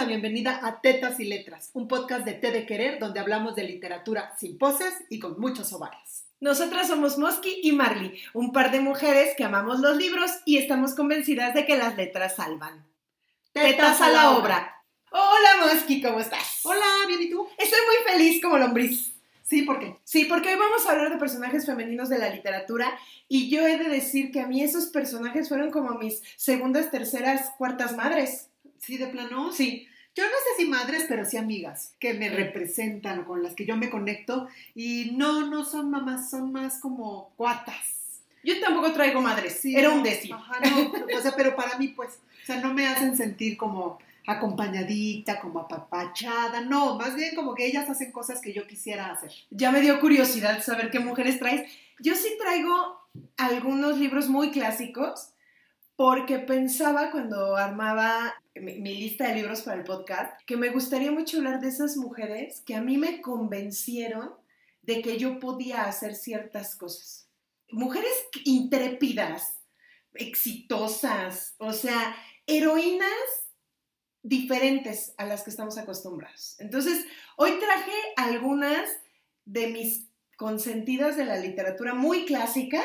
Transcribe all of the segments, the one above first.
la bienvenida a Tetas y Letras, un podcast de Té de Querer donde hablamos de literatura sin poses y con muchos ovarios. Nosotras somos Mosky y Marley, un par de mujeres que amamos los libros y estamos convencidas de que las letras salvan. ¡Tetas a la obra! Hola Mosky, ¿cómo estás? Hola, ¿bien y tú? Estoy muy feliz como lombriz. Sí, ¿por qué? Sí, porque hoy vamos a hablar de personajes femeninos de la literatura y yo he de decir que a mí esos personajes fueron como mis segundas, terceras, cuartas madres. ¿Sí, de plano? Sí. Yo no sé si madres, pero sí amigas, que me representan o con las que yo me conecto y no son mamás, son más como cuatas. Yo tampoco traigo madres, Sí, era no, un decir. Ajá, no, o sea, pero para mí pues, o sea, no me hacen sentir como acompañadita, como apapachada, no, más bien como que ellas hacen cosas que yo quisiera hacer. Ya me dio curiosidad saber qué mujeres traes. Yo sí traigo algunos libros muy clásicos porque pensaba cuando armaba mi lista de libros para el podcast que me gustaría mucho hablar de esas mujeres que a mí me convencieron de que yo podía hacer ciertas cosas. Mujeres intrépidas, exitosas, o sea, heroínas diferentes a las que estamos acostumbrados. Entonces, hoy traje algunas de mis consentidas de la literatura muy clásica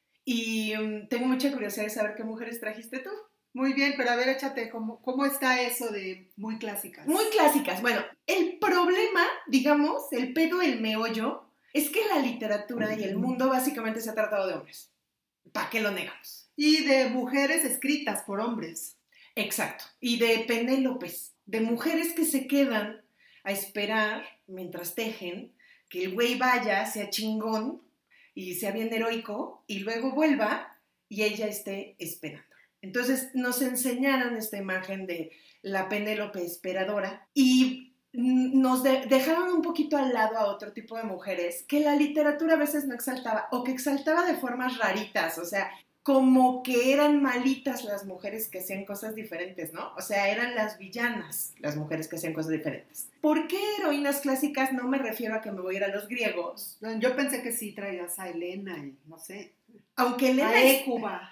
y tengo mucha curiosidad de saber qué mujeres trajiste tú. Muy bien, pero a ver, échate, ¿cómo está eso de muy clásicas? Muy clásicas. Bueno, el problema, digamos, el pedo, el meollo, es que la literatura y el mundo básicamente se ha tratado de hombres. ¿Para qué lo negamos? Y de mujeres escritas por hombres. Exacto. Y de Penélopes, de mujeres que se quedan a esperar mientras tejen que el güey vaya, sea chingón y sea bien heroico y luego vuelva y ella esté esperando. Entonces nos enseñaron esta imagen de la Penélope esperadora y nos dejaron un poquito al lado a otro tipo de mujeres que la literatura a veces no exaltaba o que exaltaba de formas raritas, o sea, como que eran malitas las mujeres que hacían cosas diferentes, ¿no? O sea, eran las villanas las mujeres que hacían cosas diferentes. ¿Por qué heroínas clásicas? No me refiero a que me voy a ir a los griegos. Yo pensé que sí traías a Helena y no sé. Aunque Helena a Hécuba.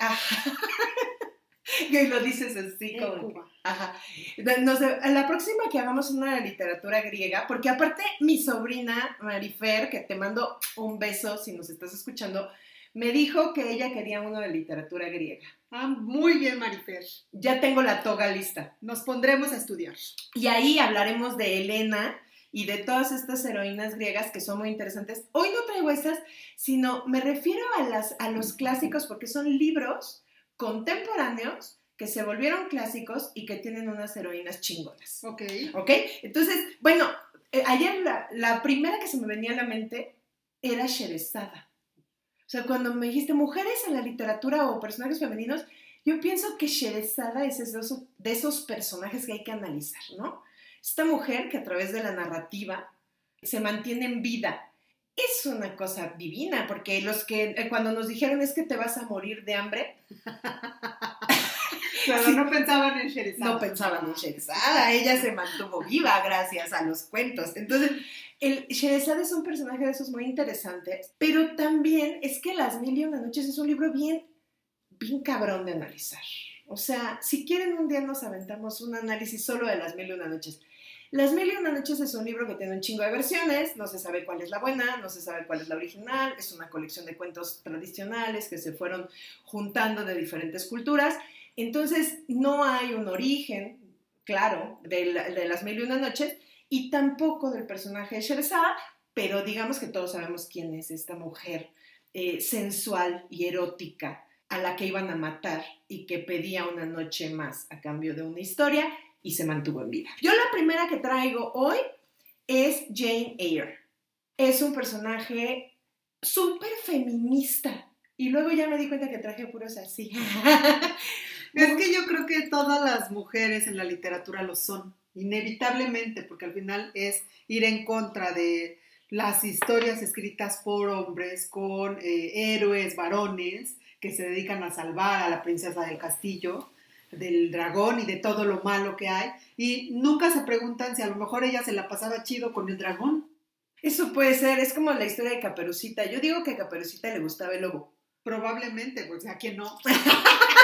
Y lo dices así como... Ajá. No sé, a la próxima que hagamos una de literatura griega, porque aparte mi sobrina Marifer, que te mando un beso si nos estás escuchando, me dijo que ella quería uno de literatura griega. Ah, muy bien, Marifer. Ya tengo la toga lista. Nos pondremos a estudiar. Y ahí hablaremos de Helena y de todas estas heroínas griegas que son muy interesantes. Hoy no traigo estas, sino me refiero a los clásicos porque son libros contemporáneos que se volvieron clásicos y que tienen unas heroínas chingonas. Ok. ¿Ok? Entonces, bueno, ayer la primera que se me venía a la mente era Sherezada. O sea, cuando me dijiste mujeres en la literatura o personajes femeninos, yo pienso que Sherezada es de esos personajes que hay que analizar, ¿no? Esta mujer que a través de la narrativa se mantiene en vida. Es una cosa divina, porque los que cuando nos dijeron es que te vas a morir de hambre... Claro, sí, no pensaban en Sherezada. No pensaban en Sherezada, ella se mantuvo viva gracias a los cuentos. Entonces, Sherezada es un personaje de esos muy interesantes, pero también es que Las Mil y Una Noches es un libro bien cabrón de analizar. O sea, si quieren un día nos aventamos un análisis solo de Las Mil y Una Noches. Las Mil y Una Noches es un libro que tiene un chingo de versiones, no se sabe cuál es la buena, no se sabe cuál es la original, es una colección de cuentos tradicionales que se fueron juntando de diferentes culturas. Entonces, no hay un origen claro de Las Mil y Una Noches y tampoco del personaje de Sherezada, pero digamos que todos sabemos quién es esta mujer sensual y erótica a la que iban a matar y que pedía una noche más a cambio de una historia y se mantuvo en vida. Yo la primera que traigo hoy es Jane Eyre. Es un personaje súper feminista y luego ya me di cuenta que traje puros así. Es que yo creo que todas las mujeres en la literatura lo son, inevitablemente, porque al final es ir en contra de las historias escritas por hombres con héroes, varones, que se dedican a salvar a la princesa del castillo, del dragón y de todo lo malo que hay, y nunca se preguntan si a lo mejor ella se la pasaba chido con el dragón. Eso puede ser, es como la historia de Caperucita. Yo digo que a Caperucita le gustaba el lobo. Probablemente, pues a quién no.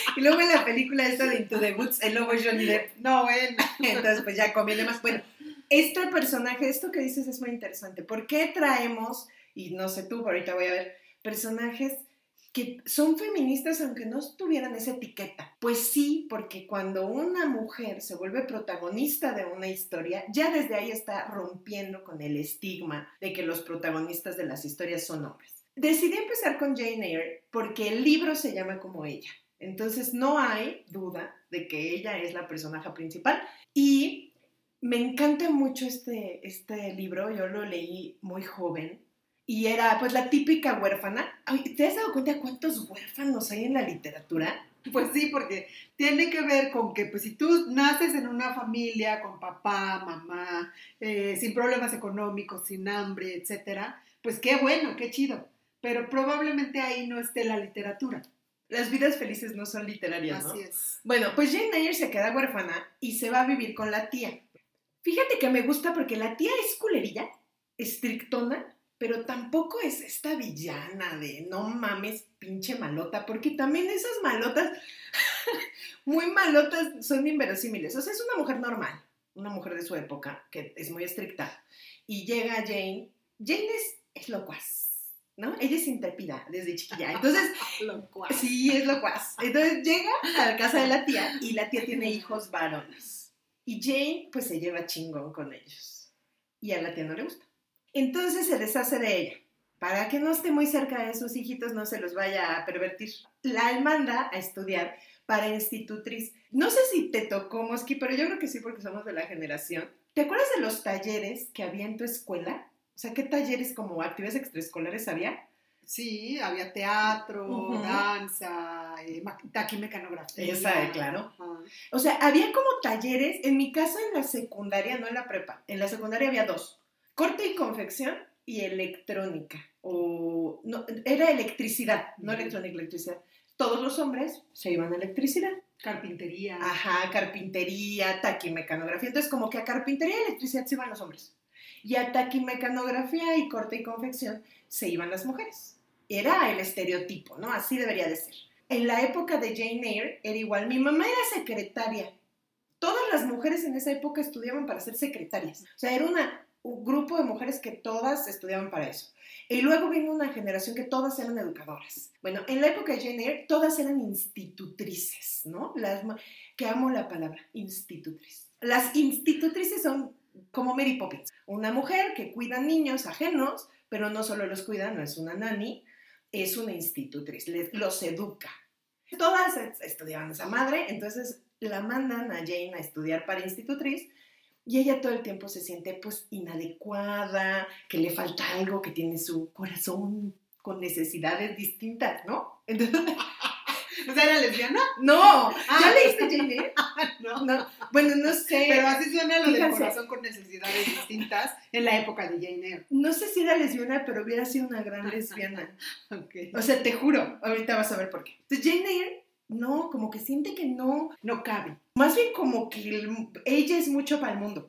Y luego en la película esta de Into the Woods, el lobo es Johnny Depp. No, bueno. Entonces, pues ya conviene más. Bueno, este personaje, esto que dices es muy interesante. ¿Por qué traemos, y no sé tú, pero ahorita voy a ver, personajes que son feministas aunque no tuvieran esa etiqueta? Pues sí, porque cuando una mujer se vuelve protagonista de una historia, ya desde ahí está rompiendo con el estigma de que los protagonistas de las historias son hombres. Decidí empezar con Jane Eyre porque el libro se llama como ella. Entonces no hay duda de que ella es la personaje principal y me encanta mucho este libro. Yo lo leí muy joven y era pues la típica huérfana. Ay, ¿te has dado cuenta cuántos huérfanos hay en la literatura? Pues sí, porque tiene que ver con que pues si tú naces en una familia con papá, mamá, sin problemas económicos, sin hambre, etcétera, pues qué bueno, qué chido. Pero probablemente ahí no esté la literatura. Las vidas felices no son literarias, ¿no? Así es. Bueno, pues Jane Eyre se queda huérfana y se va a vivir con la tía. Fíjate que me gusta porque la tía es culerilla, estrictona, pero tampoco es esta villana de no mames, pinche malota, porque también esas malotas, muy malotas, son inverosímiles. O sea, es una mujer normal, una mujer de su época, que es muy estricta, y llega Jane. Jane es locuaz, ¿no? Ella es intrépida desde chiquilla. Entonces, locuaz. Sí, es locuaz. Entonces llega a la casa de la tía y la tía tiene hijos varones. Y Jane, pues se lleva chingón con ellos. Y a la tía no le gusta. Entonces se deshace de ella. Para que no esté muy cerca de sus hijitos, no se los vaya a pervertir. La manda a estudiar para institutriz. No sé si te tocó, Mosqui, pero yo creo que sí, porque somos de la generación. ¿Te acuerdas de los talleres que había en tu escuela? O sea, ¿qué talleres como actividades extraescolares había? Sí, había teatro, danza, taquimecanografía. Esa, claro. O sea, había como talleres, en mi caso en la secundaria, no en la prepa, en la secundaria había 2, corte y confección y electrónica, o no, era electricidad, no electrónica, electricidad. Todos los hombres se iban a electricidad. Carpintería. Ajá, carpintería, taquimecanografía. Entonces, como que a carpintería y electricidad se iban los hombres. Y a taquimecanografía y corte y confección se iban las mujeres. Era el estereotipo, ¿no? Así debería de ser. En la época de Jane Eyre era igual. Mi mamá era secretaria. Todas las mujeres en esa época estudiaban para ser secretarias. O sea, era un grupo de mujeres que todas estudiaban para eso. Y luego vino una generación que todas eran educadoras. Bueno, en la época de Jane Eyre, todas eran institutrices, ¿no? Que amo la palabra, institutriz. Las institutrices son como Mary Poppins, una mujer que cuida niños ajenos, pero no solo los cuida, no es una nani, es una institutriz, los educa. Todas estudiaban esa madre, entonces la mandan a Jane a estudiar para institutriz y ella todo el tiempo se siente pues inadecuada, que le falta algo, que tiene su corazón con necesidades distintas, ¿no? Entonces, ¿o sea, era lesbiana? No, ¿ya leíste Jane Eyre? No, bueno, no sé. Pero así suena lo del corazón con necesidades distintas en la época de Jane Eyre. No sé si era lesbiana, pero hubiera sido una gran lesbiana. Okay. O sea, te juro, ahorita vas a ver por qué. Entonces Jane Eyre, no, como que siente que no cabe. Más bien como que ella es mucho para el mundo.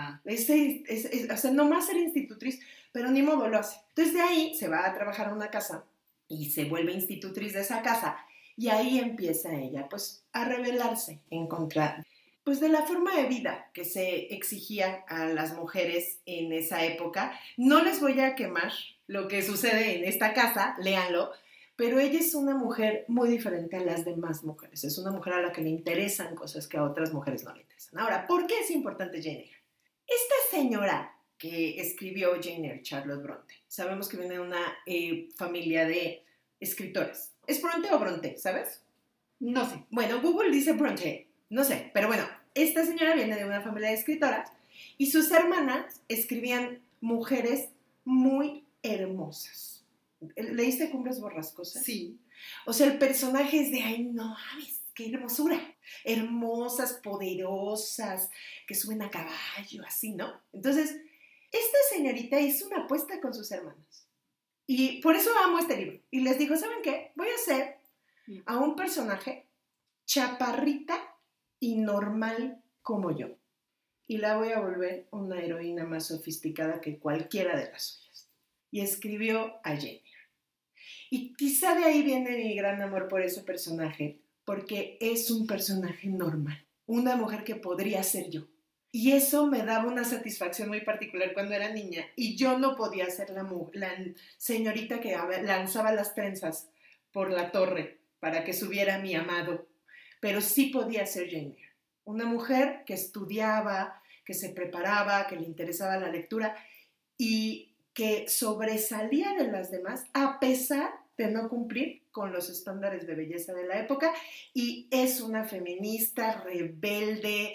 O sea, nomás ser institutriz, pero ni modo lo hace. Entonces de ahí se va a trabajar a una casa y se vuelve institutriz de esa casa. Y ahí empieza ella, pues, a rebelarse en contra, pues, de la forma de vida que se exigía a las mujeres en esa época. No les voy a quemar lo que sucede en esta casa, léanlo, pero ella es una mujer muy diferente a las demás mujeres. Es una mujer a la que le interesan cosas que a otras mujeres no le interesan. Ahora, ¿por qué es importante Jane Eyre? Esta señora que escribió Jane Eyre, Charlotte Bronte, sabemos que viene de una familia de escritores. ¿Es Bronte o Bronte, sabes? No sé. Bueno, Google dice Bronte, no sé, pero bueno, esta señora viene de una familia de escritoras y sus hermanas escribían mujeres muy hermosas. ¿Leíste Cumbres Borrascosas? Sí. O sea, el personaje es de, ay, no mames, qué hermosura. Hermosas, poderosas, que suben a caballo, así, ¿no? Entonces, esta señorita hizo una apuesta con sus hermanos. Y por eso amo este libro. Y les dijo, ¿saben qué? Voy a hacer a un personaje chaparrita y normal como yo. Y la voy a volver una heroína más sofisticada que cualquiera de las suyas. Y escribió a Jane Eyre. Y quizá de ahí viene mi gran amor por ese personaje, porque es un personaje normal, una mujer que podría ser yo. Y eso me daba una satisfacción muy particular cuando era niña. Y yo no podía ser la señorita que lanzaba las trenzas por la torre para que subiera mi amado. Pero sí podía ser Jane Eyre. Una mujer que estudiaba, que se preparaba, que le interesaba la lectura y que sobresalía de las demás a pesar de no cumplir con los estándares de belleza de la época. Y es una feminista rebelde,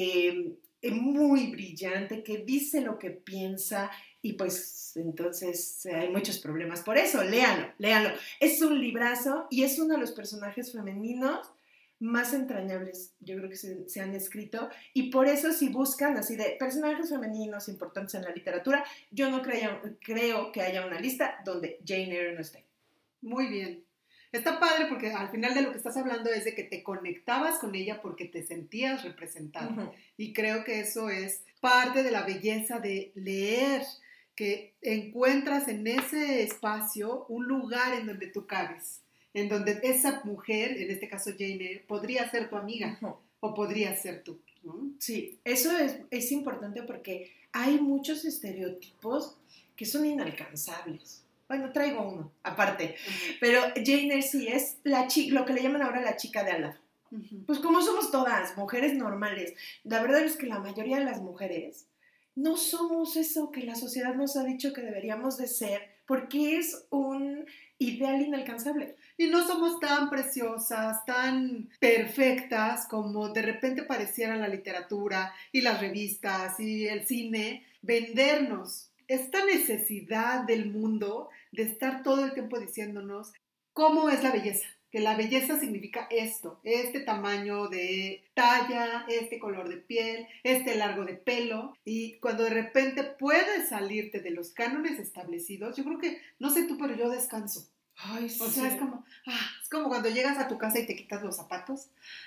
muy brillante, que dice lo que piensa y pues entonces hay muchos problemas por eso. Léanlo. Es un librazo y es uno de los personajes femeninos más entrañables, yo creo que se han escrito, y por eso si buscan así de personajes femeninos importantes en la literatura, yo no creo que haya una lista donde Jane Eyre no esté. Muy bien. Está padre porque al final de lo que estás hablando es de que te conectabas con ella porque te sentías representada. Uh-huh. Y creo que eso es parte de la belleza de leer, que encuentras en ese espacio un lugar en donde tú cabes, en donde esa mujer, en este caso Jane Eyre, podría ser tu amiga, uh-huh, o podría ser tú, ¿no? Sí, eso es importante porque hay muchos estereotipos que son inalcanzables. Bueno, traigo uno, aparte. Pero Jane Eyre sí es lo que le llaman ahora la chica de al lado. Uh-huh. Pues como somos todas, mujeres normales. La verdad es que la mayoría de las mujeres no somos eso que la sociedad nos ha dicho que deberíamos de ser, porque es un ideal inalcanzable. Y no somos tan preciosas, tan perfectas como de repente pareciera la literatura y las revistas y el cine vendernos. Esta necesidad del mundo de estar todo el tiempo diciéndonos cómo es la belleza, que la belleza significa esto, este tamaño de talla, este color de piel, este largo de pelo, y cuando de repente puedes salirte de los cánones establecidos, yo creo que, no sé tú, pero yo descanso. Ay, sí. O sea, es como cuando llegas a tu casa y te quitas los zapatos.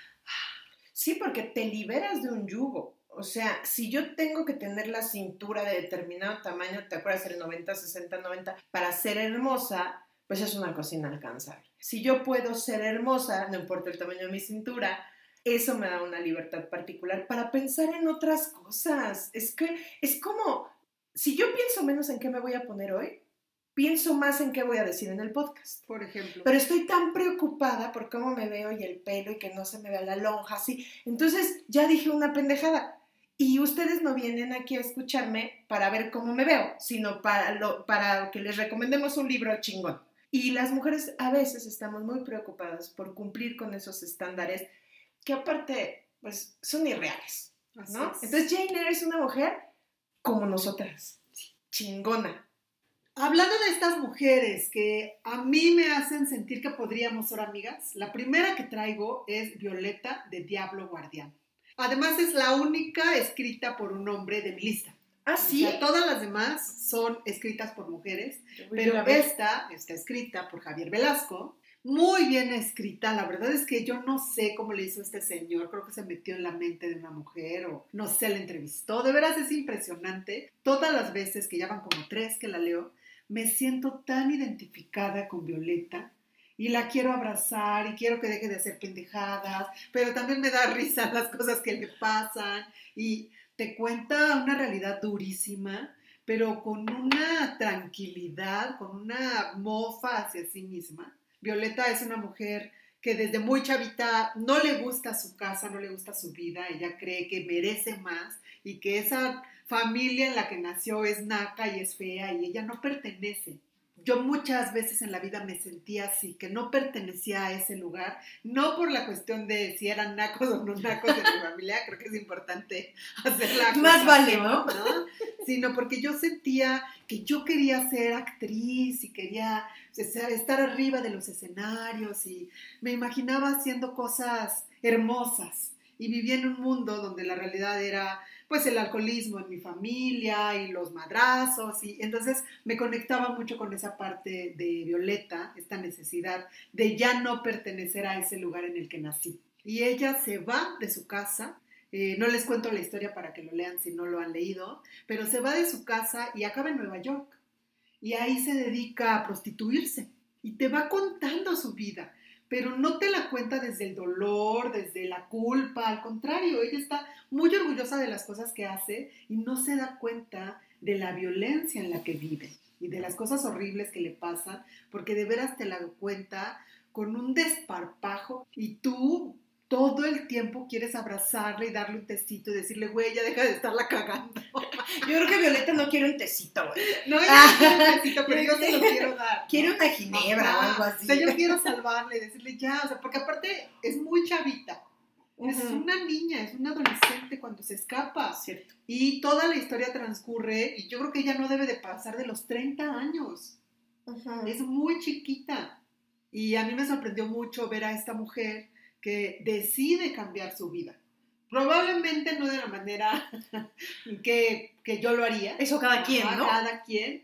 Sí, porque te liberas de un yugo. O sea, si yo tengo que tener la cintura de determinado tamaño, ¿te acuerdas? El 90, 60, 90, para ser hermosa, pues es una cosa inalcanzable. Si yo puedo ser hermosa, no importa el tamaño de mi cintura, eso me da una libertad particular para pensar en otras cosas. Es que es como, si yo pienso menos en qué me voy a poner hoy, pienso más en qué voy a decir en el podcast. Por ejemplo. Pero estoy tan preocupada por cómo me veo y el pelo y que no se me vea la lonja, así. Entonces ya dije una pendejada. Y ustedes no vienen aquí a escucharme para ver cómo me veo, sino para que les recomendemos un libro chingón. Y las mujeres a veces estamos muy preocupadas por cumplir con esos estándares que aparte, pues, son irreales, ¿no? Entonces Jane Eyre es una mujer como nosotras, chingona. Hablando de estas mujeres que a mí me hacen sentir que podríamos ser amigas, la primera que traigo es Violeta de Diablo Guardián. Además es la única escrita por un hombre de mi lista. ¿Ah, sí? O sea, todas las demás son escritas por mujeres, pero esta está escrita por Javier Velasco. Muy bien escrita, la verdad es que yo no sé cómo le hizo este señor, creo que se metió en la mente de una mujer o no sé, la entrevistó. De veras es impresionante. Todas las veces, que ya van como 3 que la leo, me siento tan identificada con Violeta y la quiero abrazar y quiero que deje de hacer pendejadas, pero también me da risa las cosas que le pasan y te cuenta una realidad durísima, pero con una tranquilidad, con una mofa hacia sí misma. Violeta es una mujer que desde muy chavita no le gusta su casa, no le gusta su vida, ella cree que merece más y que esa familia en la que nació es naca y es fea y ella no pertenece. Yo muchas veces en la vida me sentía así, que no pertenecía a ese lugar, no por la cuestión de si eran nacos o no nacos de mi familia, creo que es importante hacer la más vale, ¿no? Sino porque yo sentía que yo quería ser actriz y quería estar arriba de los escenarios y me imaginaba haciendo cosas hermosas y vivía en un mundo donde la realidad era pues el alcoholismo en mi familia y los madrazos y entonces me conectaba mucho con esa parte de Violeta, esta necesidad de ya no pertenecer a ese lugar en el que nací. Y ella se va de su casa, no les cuento la historia para que lo lean si no lo han leído, pero se va de su casa y acaba en Nueva York y ahí se dedica a prostituirse y te va contando su vida. pero no te la cuenta desde el dolor, desde la culpa, al contrario, ella está muy orgullosa de las cosas que hace y no se da cuenta de la violencia en la que vive y de las cosas horribles que le pasan, porque de veras te la cuenta con un desparpajo y tú todo el tiempo quieres abrazarle y darle un tecito y decirle, güey, ya deja de estarla cagando. Yo creo que Violeta no quiere un tecito, güey. No, ella no quiere un tecito, pero yo se lo quiero dar, ¿no? Quiere una ginebra o algo así. O sea, yo quiero salvarle, decirle ya, o sea, porque aparte es muy chavita. Es una niña, es una adolescente cuando se escapa. Cierto. Y toda la historia transcurre, y yo creo que ella no debe de pasar de los 30 años. Es muy chiquita. Y a mí me sorprendió mucho ver a esta mujer que decide cambiar su vida. Probablemente no de la manera que yo lo haría. Eso cada quien, ¿no? Cada quien.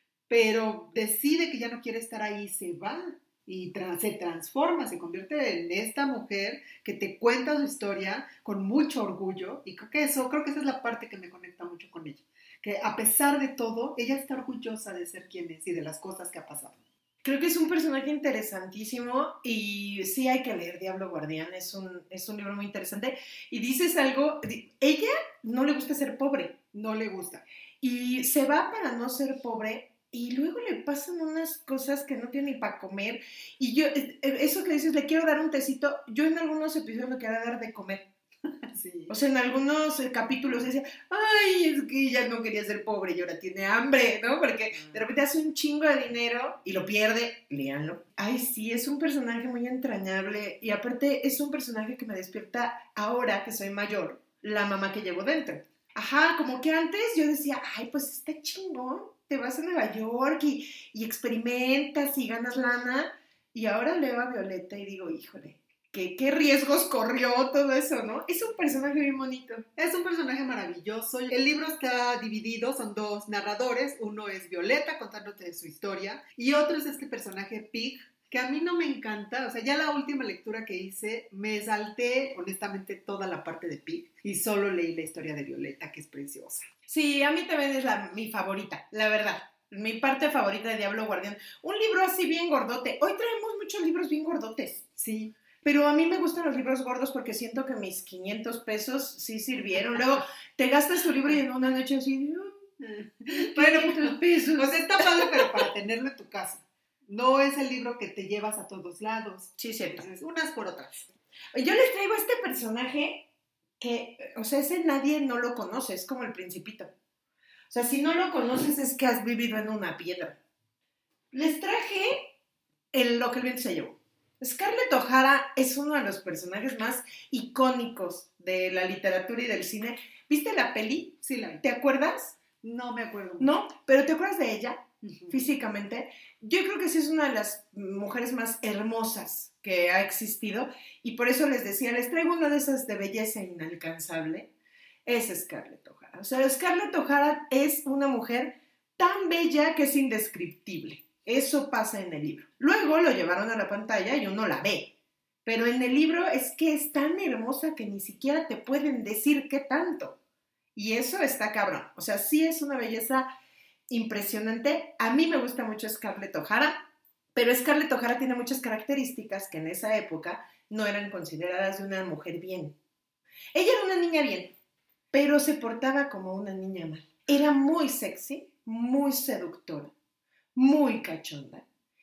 Pero decide que ya no quiere estar ahí, se va. Y se transforma, se convierte en esta mujer que te cuenta su historia con mucho orgullo. Y creo que esa es la parte que me conecta mucho con ella. Que a pesar de todo, ella está orgullosa de ser quien es y de las cosas que ha pasado. Creo que es un personaje interesantísimo y sí hay que leer Diablo Guardián, es un libro muy interesante. Y dices algo, ella no le gusta ser pobre. No le gusta. Y se va para no ser pobre y luego le pasan unas cosas que no tiene ni para comer. Y yo, eso que dices, le quiero dar un tecito, yo en algunos episodios le quería dar de comer. Sí. O sea, en algunos capítulos decía, ay, es que ella no quería ser pobre y ahora tiene hambre, ¿no? Porque de repente hace un chingo de dinero y lo pierde, léanlo. Ay, sí, es un personaje muy entrañable y aparte es un personaje que me despierta ahora que soy mayor, la mamá que llevo dentro. Ajá, como que antes yo decía, ay, pues está chingón, te vas a Nueva York y experimentas y ganas lana. Y ahora leo a Violeta y digo, híjole, ¿qué riesgos corrió todo eso, no? Es un personaje bien bonito. Es un personaje maravilloso. El libro está dividido, son dos narradores. Uno es Violeta contándote su historia y otro es este personaje Pig, que a mí no me encanta. O sea, ya la última lectura que hice, me salté honestamente toda la parte de Pig y solo leí la historia de Violeta, que es preciosa. Sí, a mí también es mi favorita, la verdad. Mi parte favorita de Diablo Guardián. Un libro así bien gordote. Hoy traemos muchos libros bien gordotes. Sí. Pero a mí me gustan los libros gordos porque siento que mis 500 pesos sí sirvieron. Luego te gastas tu libro y en una noche así, bueno, 500 pesos. O sea, está padre, pero para tenerlo en tu casa. No es el libro que te llevas a todos lados. Sí, cierto. Entonces, unas por otras. Yo les traigo a este personaje que, o sea, ese nadie no lo conoce, es como el Principito. O sea, si no lo conoces es que has vivido en una piedra. Les traje lo que el viento se llevó. Scarlett O'Hara es uno de los personajes más icónicos de la literatura y del cine. ¿Viste la peli? Sí, la vi. ¿Te acuerdas? No me acuerdo. No, pero ¿te acuerdas de ella? Físicamente. Yo creo que sí es una de las mujeres más hermosas que ha existido y por eso les decía, les traigo una de esas de belleza inalcanzable. Es Scarlett O'Hara. O sea, Scarlett O'Hara es una mujer tan bella que es indescriptible. Eso pasa en el libro. Luego lo llevaron a la pantalla y uno la ve. Pero en el libro es que es tan hermosa que ni siquiera te pueden decir qué tanto. Y eso está cabrón. O sea, sí es una belleza impresionante. A mí me gusta mucho Scarlett O'Hara, pero Scarlett O'Hara tiene muchas características que en esa época no eran consideradas de una mujer bien. Ella era una niña bien, pero se portaba como una niña mal. Era muy sexy, muy seductora, muy cachonda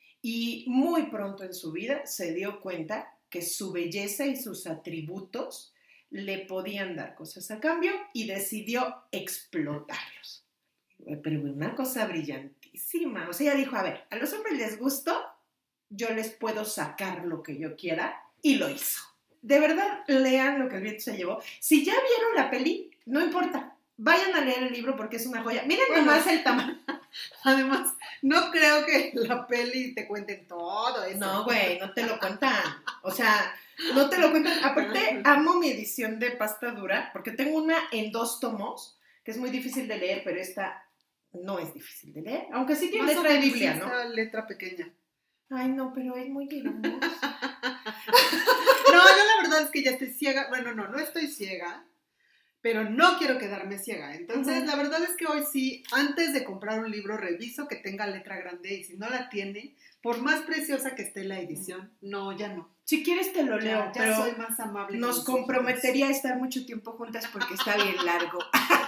y muy pronto en su vida se dio cuenta que su belleza y sus atributos le podían dar cosas a cambio y decidió explotarlos. Pero una cosa brillantísima. O sea, ella dijo, a ver, a los hombres les gustó, yo les puedo sacar lo que yo quiera y lo hizo. De verdad, lean Lo que el viento se llevó. Si ya vieron la peli, no importa. Vayan a leer el libro porque es una joya. Miren nomás el tamaño. Además, no creo que la peli te cuenten todo eso. No, güey, no te lo cuentan. O sea, no te lo cuentan. Aparte, amo mi edición de pasta dura porque tengo una en 2 tomos, que es muy difícil de leer, pero esta no es difícil de leer. Aunque sí tiene letra de Biblia, ¿no? Esta letra pequeña. Ay, no, pero es muy hermosa. No, yo la verdad es que ya estoy ciega. Bueno, no estoy ciega. pero no quiero quedarme ciega. Entonces, la verdad es que hoy sí, antes de comprar un libro, reviso que tenga letra grande y si no la tiene, por más preciosa que esté la edición, no, ya no. Si quieres te lo leo, Ya pero soy más amable. nos comprometería a estar mucho tiempo juntas porque está bien largo.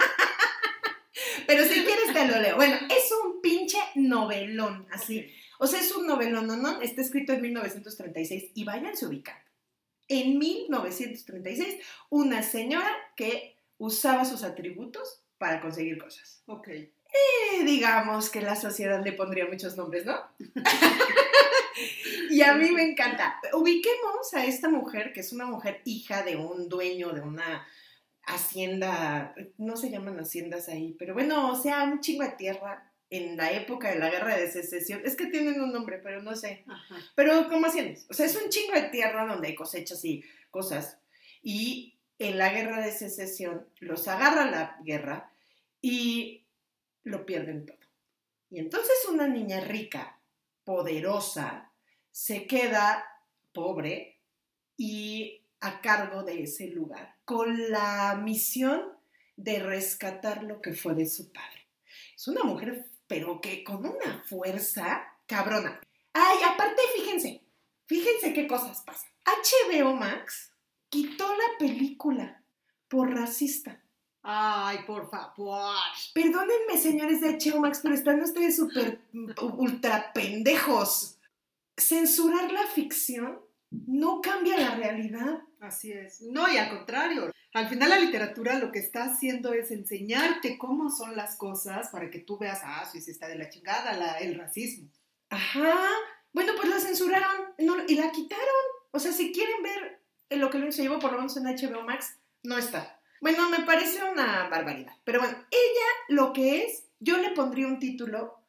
Pero si quieres te lo leo. Bueno, es un pinche novelón, así. Okay. O sea, es un novelón, ¿no? Está escrito en 1936 y váyanse ubicando. En 1936, una señora que usaba sus atributos para conseguir cosas. Ok. Digamos que la sociedad le pondría muchos nombres, ¿no? Y a mí me encanta. Ubiquemos a esta mujer, que es una mujer hija de un dueño de una hacienda, no se llaman haciendas ahí, pero bueno, o sea, un chingo de tierra en la época de la Guerra de Secesión. Es que tienen un nombre, pero no sé. Ajá. Pero como haciendas. O sea, es un chingo de tierra donde hay cosechas y cosas. Y en la Guerra de Secesión los agarra la guerra y lo pierden todo. Y entonces una niña rica, poderosa, se queda pobre y a cargo de ese lugar, con la misión de rescatar lo que fue de su padre. Es una mujer, pero que con una fuerza cabrona. Ay, aparte, fíjense qué cosas pasan. HBO Max quitó la película por racista. Ay, por favor. Perdónenme, señores de HBO Max, pero están ustedes súper ultra pendejos. Censurar la ficción no cambia la realidad. Así es. No, y al contrario. Al final la literatura lo que está haciendo es enseñarte cómo son las cosas para que tú veas, sí está de la chingada, el racismo. Ajá. Bueno, pues la censuraron y la quitaron. O sea, si quieren ver lo que se llevó por lo menos en HBO Max, no está. Bueno, me parece una barbaridad. Pero bueno, ella lo que es, yo le pondría un título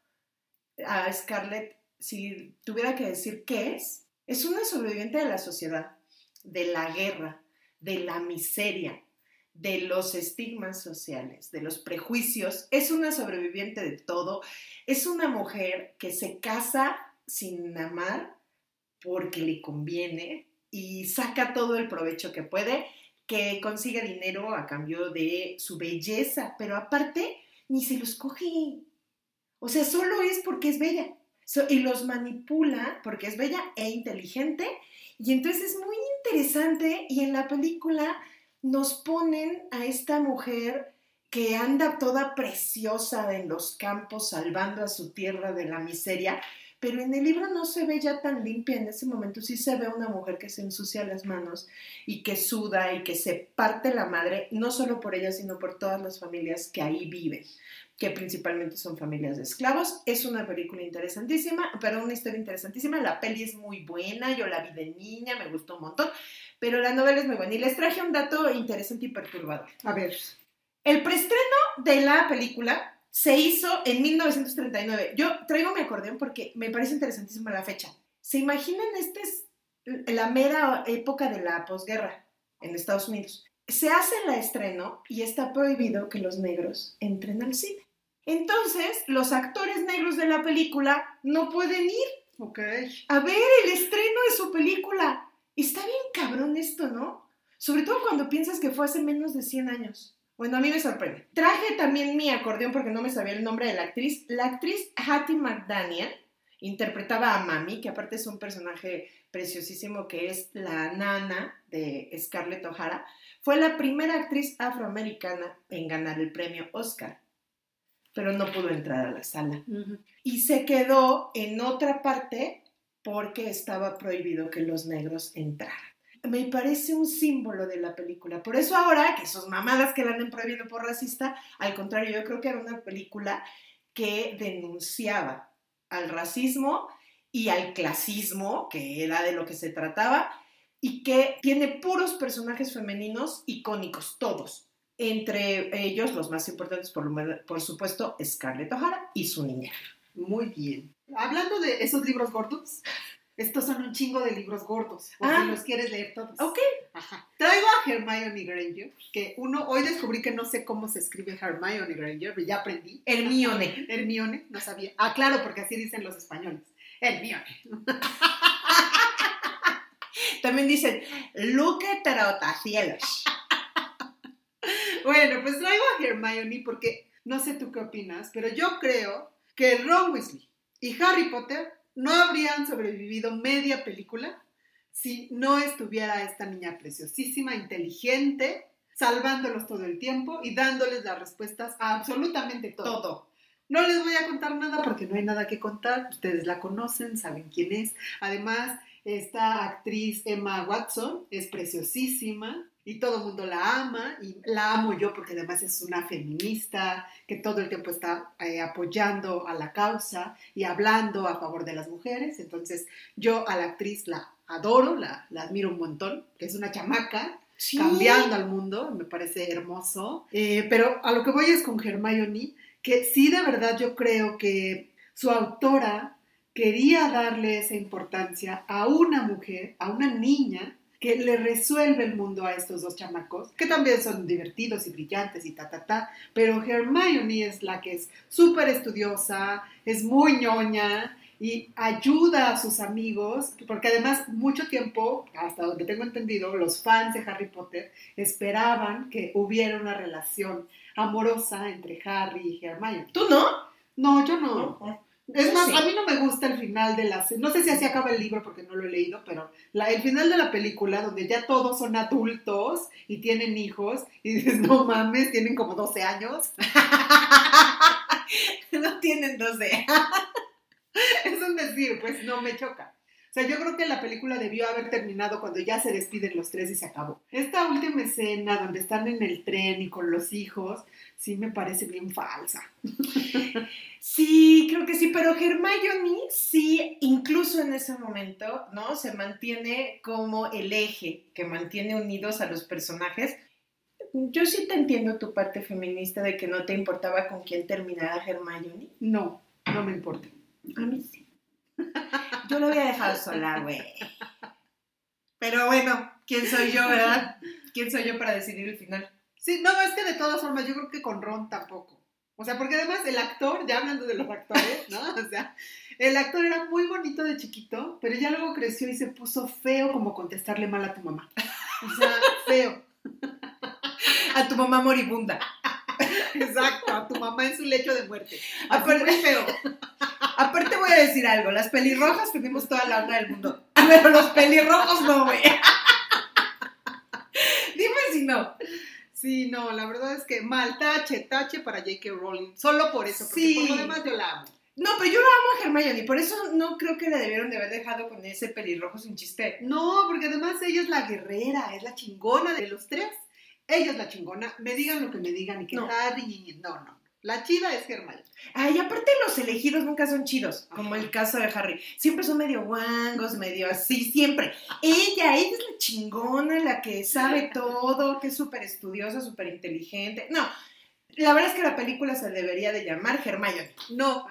a Scarlett, si tuviera que decir qué es una sobreviviente de la sociedad, de la guerra, de la miseria, de los estigmas sociales, de los prejuicios. Es una sobreviviente de todo. Es una mujer que se casa sin amar porque le conviene y saca todo el provecho que puede, que consigue dinero a cambio de su belleza, pero aparte ni se los coge. O sea, solo es porque es bella. Y los manipula porque es bella e inteligente. Y entonces es muy interesante. Y en la película nos ponen a esta mujer que anda toda preciosa en los campos salvando a su tierra de la miseria. Pero en el libro no se ve ya tan limpia. En ese momento sí se ve una mujer que se ensucia las manos y que suda y que se parte la madre, no solo por ella, sino por todas las familias que ahí viven, que principalmente son familias de esclavos. Es una película interesantísima, pero una historia interesantísima. La peli es muy buena, yo la vi de niña, me gustó un montón, pero la novela es muy buena. Y les traje un dato interesante y perturbador. A ver. El preestreno de la película se hizo en 1939. Yo traigo mi acordeón porque me parece interesantísima la fecha. ¿Se imaginan? Esta es la mera época de la posguerra en Estados Unidos. Se hace el estreno y está prohibido que los negros entren al cine. Entonces, los actores negros de la película no pueden ir a ver el estreno de su película. Está bien cabrón esto, ¿no? Sobre todo cuando piensas que fue hace menos de 100 años. Bueno, a mí me sorprende. Traje también mi acordeón porque no me sabía el nombre de la actriz. La actriz Hattie McDaniel interpretaba a Mami, que aparte es un personaje preciosísimo, que es la nana de Scarlett O'Hara. Fue la primera actriz afroamericana en ganar el premio Oscar, pero no pudo entrar a la sala. Uh-huh. Y se quedó en otra parte porque estaba prohibido que los negros entraran. Me parece un símbolo de la película. Por eso ahora, que sus mamadas que la anden prohibiendo por racista, al contrario, yo creo que era una película que denunciaba al racismo y al clasismo, que era de lo que se trataba, y que tiene puros personajes femeninos icónicos, todos. Entre ellos, los más importantes, por supuesto, Scarlett O'Hara y su niñera. Muy bien. Hablando de esos libros gordos, estos son un chingo de libros gordos, por si los quieres leer todos. Ok. Ajá. Traigo a Hermione Granger, que hoy descubrí que no sé cómo se escribe Hermione Granger, pero ya aprendí. Hermione, no sabía. Claro, porque así dicen los españoles. Hermione. También dicen, Luque Trotacielos. Bueno, pues traigo a Hermione porque no sé tú qué opinas, pero yo creo que Ron Weasley y Harry Potter no habrían sobrevivido media película si no estuviera esta niña preciosísima, inteligente, salvándolos todo el tiempo y dándoles las respuestas a absolutamente todo. Todo. No les voy a contar nada porque no hay nada que contar. Ustedes la conocen, saben quién es. Además, esta actriz Emma Watson es preciosísima y todo el mundo la ama y la amo yo porque además es una feminista que todo el tiempo está apoyando a la causa y hablando a favor de las mujeres. Entonces yo a la actriz la adoro, la admiro un montón, que es una chamaca. Sí. Cambiando al mundo, me parece hermoso. Pero a lo que voy es con Hermione, que sí, de verdad yo creo que su autora quería darle esa importancia a una mujer, a una niña, que le resuelve el mundo a estos dos chamacos, que también son divertidos y brillantes y pero Hermione es la que es súper estudiosa, es muy ñoña y ayuda a sus amigos, porque además mucho tiempo, hasta donde tengo entendido, los fans de Harry Potter esperaban que hubiera una relación amorosa entre Harry y Hermione. ¿Tú no? No, yo no. Es más, a mí no me gusta el final de la... No sé si así acaba el libro porque no lo he leído, pero el final de la película, donde ya todos son adultos y tienen hijos, y dices, no mames, tienen como 12 años. No tienen 12. Es un decir, pues no me choca. O sea, yo creo que la película debió haber terminado cuando ya se despiden los tres y se acabó. Esta última escena donde están en el tren y con los hijos, sí me parece bien falsa. Sí, creo que sí, pero Hermione sí, incluso en ese momento, ¿no? Se mantiene como el eje que mantiene unidos a los personajes. Yo sí te entiendo tu parte feminista de que no te importaba con quién terminara Hermione. No, no me importa. A mí sí. Yo lo había dejado sola, güey. Pero bueno, ¿quién soy yo, verdad? ¿Quién soy yo para decidir el final? Sí, no, es que de todas formas yo creo que con Ron tampoco. O sea, porque además el actor, ya hablando de los actores, ¿no? O sea, el actor era muy bonito de chiquito, pero ya luego creció y se puso feo como contestarle mal a tu mamá. O sea, feo. A tu mamá moribunda. Exacto, a tu mamá en su lecho de muerte. Aparte, muy feo. Aparte voy a decir algo, las pelirrojas tenemos toda la onda del mundo, pero los pelirrojos no, güey. Dime si no. Sí, no, la verdad es que mal, tache para J.K. Rowling, solo por eso, porque sí. por lo demás yo la amo. No, pero yo la amo a Hermione, por eso no creo que la debieron de haber dejado con ese pelirrojo sin chiste. No, porque además ella es la guerrera, es la chingona de los tres. Ella es la chingona, me digan lo que me digan y que Harry, no. La chida es Hermione. Ay, aparte los elegidos nunca son chidos, como el caso de Harry. Siempre son medio guangos, medio así, siempre. Ella es la chingona, la que sabe todo, que es súper estudiosa, súper inteligente. No, la verdad es que la película se debería de llamar Hermione. No.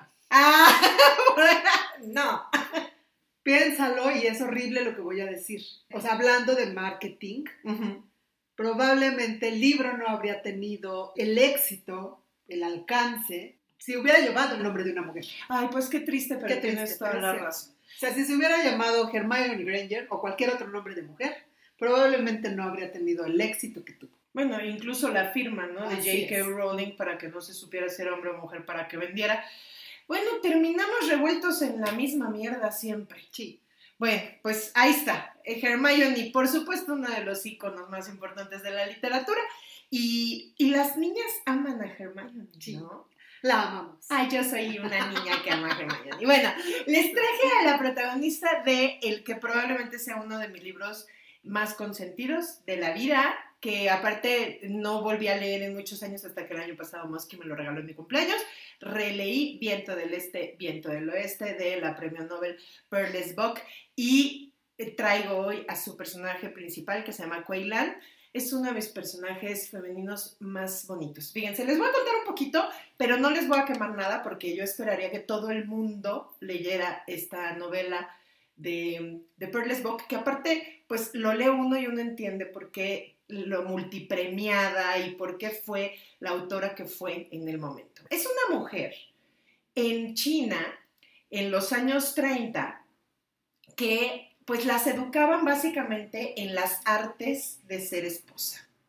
No. Piénsalo y es horrible lo que voy a decir. O sea, hablando de marketing, probablemente el libro no habría tenido el éxito, el alcance, si hubiera llevado el nombre de una mujer. Ay, pues qué triste, pero tienes toda la razón. O sea, si se hubiera llamado Hermione Granger o cualquier otro nombre de mujer, probablemente no habría tenido el éxito que tuvo. Bueno, incluso la firma, ¿no? De J.K. Rowling para que no se supiera si era hombre o mujer para que vendiera. Bueno, terminamos revueltos en la misma mierda siempre. Sí. Bueno, pues ahí está. Hermione, por supuesto, uno de los íconos más importantes de la literatura. Y las niñas aman a Hermione, sí. ¿no? La amamos. Ay, yo soy una niña que ama a Hermione. Y bueno, les traje a la protagonista de el que probablemente sea uno de mis libros más consentidos de la vida, que aparte no volví a leer en muchos años hasta que el año pasado Mosky me lo regaló en mi cumpleaños. Releí Viento del Este, Viento del Oeste de la premio Nobel Pearl Buck y traigo hoy a su personaje principal que se llama Kuei Lan. Es uno de mis personajes femeninos más bonitos. Fíjense, les voy a contar un poquito, pero no les voy a quemar nada porque yo esperaría que todo el mundo leyera esta novela de Pearl Buck, que aparte, pues lo lee uno y uno entiende por qué lo multipremiada y por qué fue la autora que fue en el momento. Es una mujer en China, en los años 30, que pues las educaban básicamente en las artes de ser esposa.